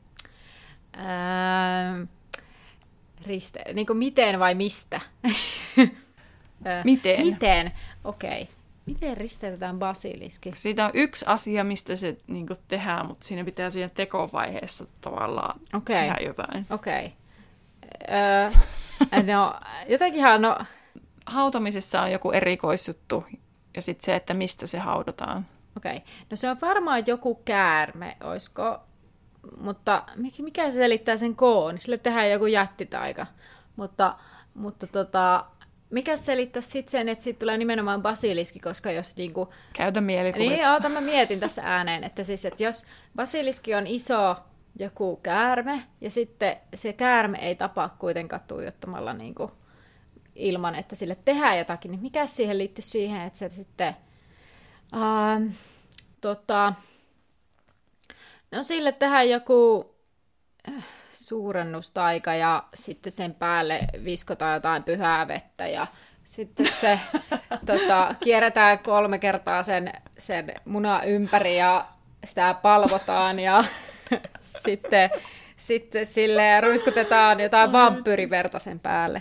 Öö, riste... Niin kuin miten vai mistä? Miten? Miten? Okei. Okay. Miten risteytetään basiliski? Siitä on yksi asia, mistä se niin kuin tehdään, mutta siinä pitää siinä tekovaiheessa tavallaan okay. tehdä jotain. Okei. Okay. Öö, no, jotenkinhan no... Hautamisessa on joku erikoisjuttu ja sitten se, että mistä se haudataan. Okei. Okay. No se on varmaan joku käärme, oisko? Mutta mikä se selittää sen koon? Sille tehdään joku jättitaika. Mutta, mutta tota... Mikä selittäisi sitten sen, että siitä tulee nimenomaan basiliski, koska jos niinku... Käytä mielikuvitusta. Niin, oota, mä mietin tässä ääneen, että siis, että jos basiliski on iso joku käärme, ja sitten se käärme ei tapa kuitenkaan tuijottamalla niinku ilman, että sille tehdään jotakin, niin mikä siihen liittyy siihen, että se sitten... Uh, tota, no sille tehdään joku... suurennustaika ja sitten sen päälle viskotaan jotain pyhää vettä ja sitten se tota, kierretään kolme kertaa sen, sen munan ympäri ja sitä palvotaan ja sitten, sitten sille ruiskutetaan jotain vampyyriverta sen päälle.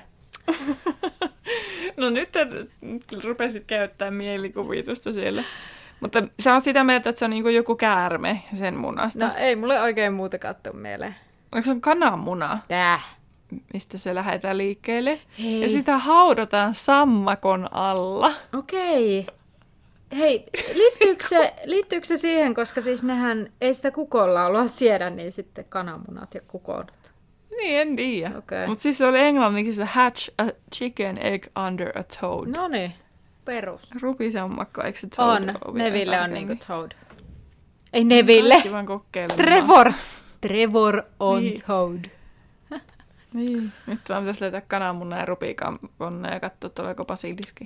No nyt rupesit käyttämään mielikuvitusta siellä. Mutta sä oot sitä mieltä, että se on niin kuin joku käärme sen munasta. No ei mulle oikein muuta tuu mieleen. Onko se on kananmuna? Täh. Mistä se lähdetään liikkeelle. Hei. Ja sitä haudotaan sammakon alla. Okei. Hei, liittyykö se, liittyykö se siihen, koska siis nehän ei sitä kukonlaulua siedä, niin sitten kananmunat ja kukonat. Niin, en tiedä. Okay. Mutta siis se oli englanniksi se hatch a chicken egg under a toad. No niin, perus. Rupisammakko, eikö se toad on? On, Neville on niinku toad. Ei Neville. Kivan kokeilemaan. Trevor. Trevor on niin. toad. Niin. Nyt vaan pitäisi löytää kananmunaa ja rupikamponne ja katsoa, tuleeko basiliski.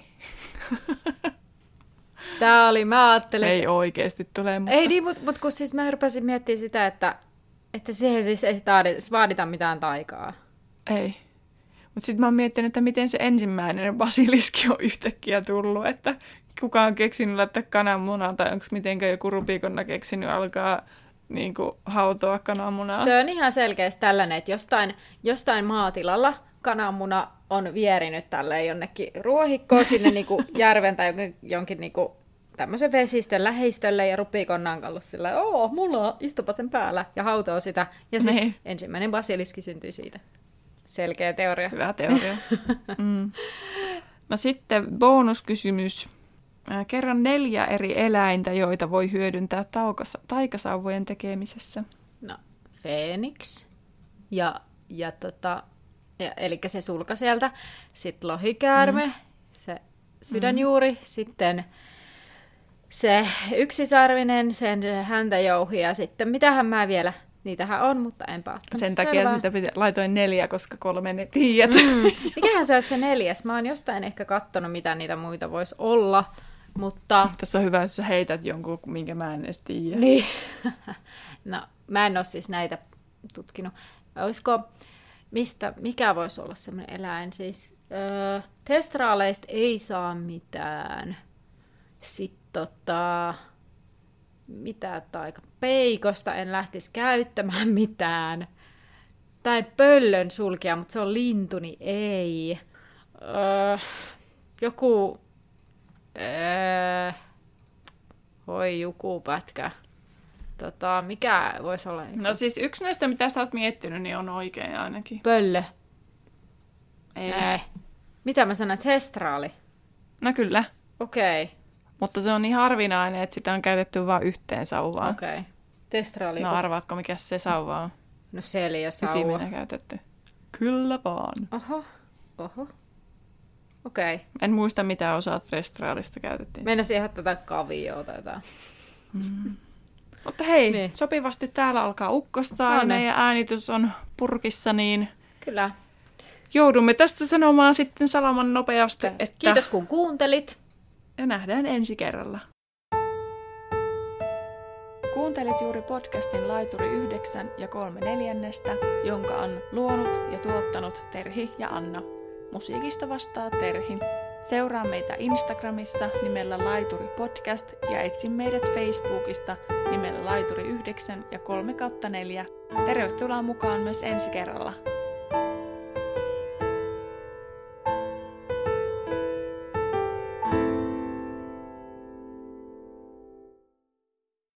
Tää oli, mä ajattelin... Ei oikeesti tule, mutta... Ei niin, mutta mut kun siis mä rupesin miettimään sitä, että, että siihen siis ei vaadita mitään taikaa. Ei. Mutta sitten mä oon miettinyt, että miten se ensimmäinen basiliski on yhtäkkiä tullut, että kuka on keksinyt laittaa kananmunaa, tai onko mitenkään joku rupikonna keksinyt alkaa niin kuin hautoa kananmunaa. Se on ihan selkeästi tällainen, että jostain, jostain maatilalla kananmuna on vierinyt tälleen jonnekin ruohikkoon sinne niin kuin järven tai jonkin, jonkin niin kuin tämmöisen vesistön lähistölle ja Rupikon nankallus sillä, oo, mulla istupa sen päällä ja hautoo sitä. Ja sitten Niin. ensimmäinen basiliski syntyi siitä. Selkeä teoria. Hyvä teoria. mm. No sitten bonuskysymys. Äh, Kerran neljä eri eläintä, joita voi hyödyntää taukas- taikasauvojen tekemisessä. No, Phoenix ja, ja tota, ja, eli se sulka sieltä. Sitten lohikäärme, mm. se sydänjuuri, mm. sitten se yksisarvinen, sen häntäjouhi ja sitten mitähän mä vielä, niitähän on, mutta enpä ottanut. Sen takia selvää. sitä pitä- laitoin neljä, koska kolme ne tiedät. Mm. Mikähän se olisi se neljäs? Mä oon jostain ehkä kattonut, mitä niitä muita voisi olla, mutta... Tässä on hyvä, jos sä heität jonkun, minkä mä en edes tiedä. Niin. No, mä en ole siis näitä tutkinut. Olisiko, mistä, mikä voisi olla semmoinen eläin? Siis öö, testraaleista ei saa mitään. Sitten tota, mitä taika, peikosta en lähtisi käyttämään mitään. Tai pöllön sulkia, mutta se on lintu, niin ei. Öö, joku... Öö, Hoi joku pätkä. Tota, mikä voisi olla? No siis yksi näistä, mitä sä oot miettinyt, niin on oikein ainakin. Pöllö. Ei. Ei. Mitä mä sanon? Testraali. No kyllä. Okei. Okay. Mutta se on niin harvinainen, että sitä on käytetty vain yhteen sauvaan. Okei. Okay. Testraali. No arvaatko, mikä se sauva on? No Celia sauva. Ytimenä käytetty. Kyllä vaan. Oho. Oho. Okei. Okay. En muista, mitä osaa testraalista käytettiin. Mennä siihen tätä kavioa tai jotain. Mm. Mutta hei, Niin. sopivasti täällä alkaa ukkostaa ja niin. meidän äänitys on purkissa, niin Kyllä. joudumme tästä sanomaan sitten salaman nopeasti, että... Kiitos kun kuuntelit. Ja nähdään ensi kerralla. Kuuntelit juuri podcastin Laituri yhdeksän ja kolme neljännestä, jonka on luonut ja tuottanut Terhi ja Anna. Musiikista vastaa Terhi. Seuraa meitä Instagramissa nimellä Laituri Podcast ja etsi meidät Facebookista nimellä Laituri yhdeksän ja kolme kautta neljä. Tervetuloa mukaan myös ensi kerralla.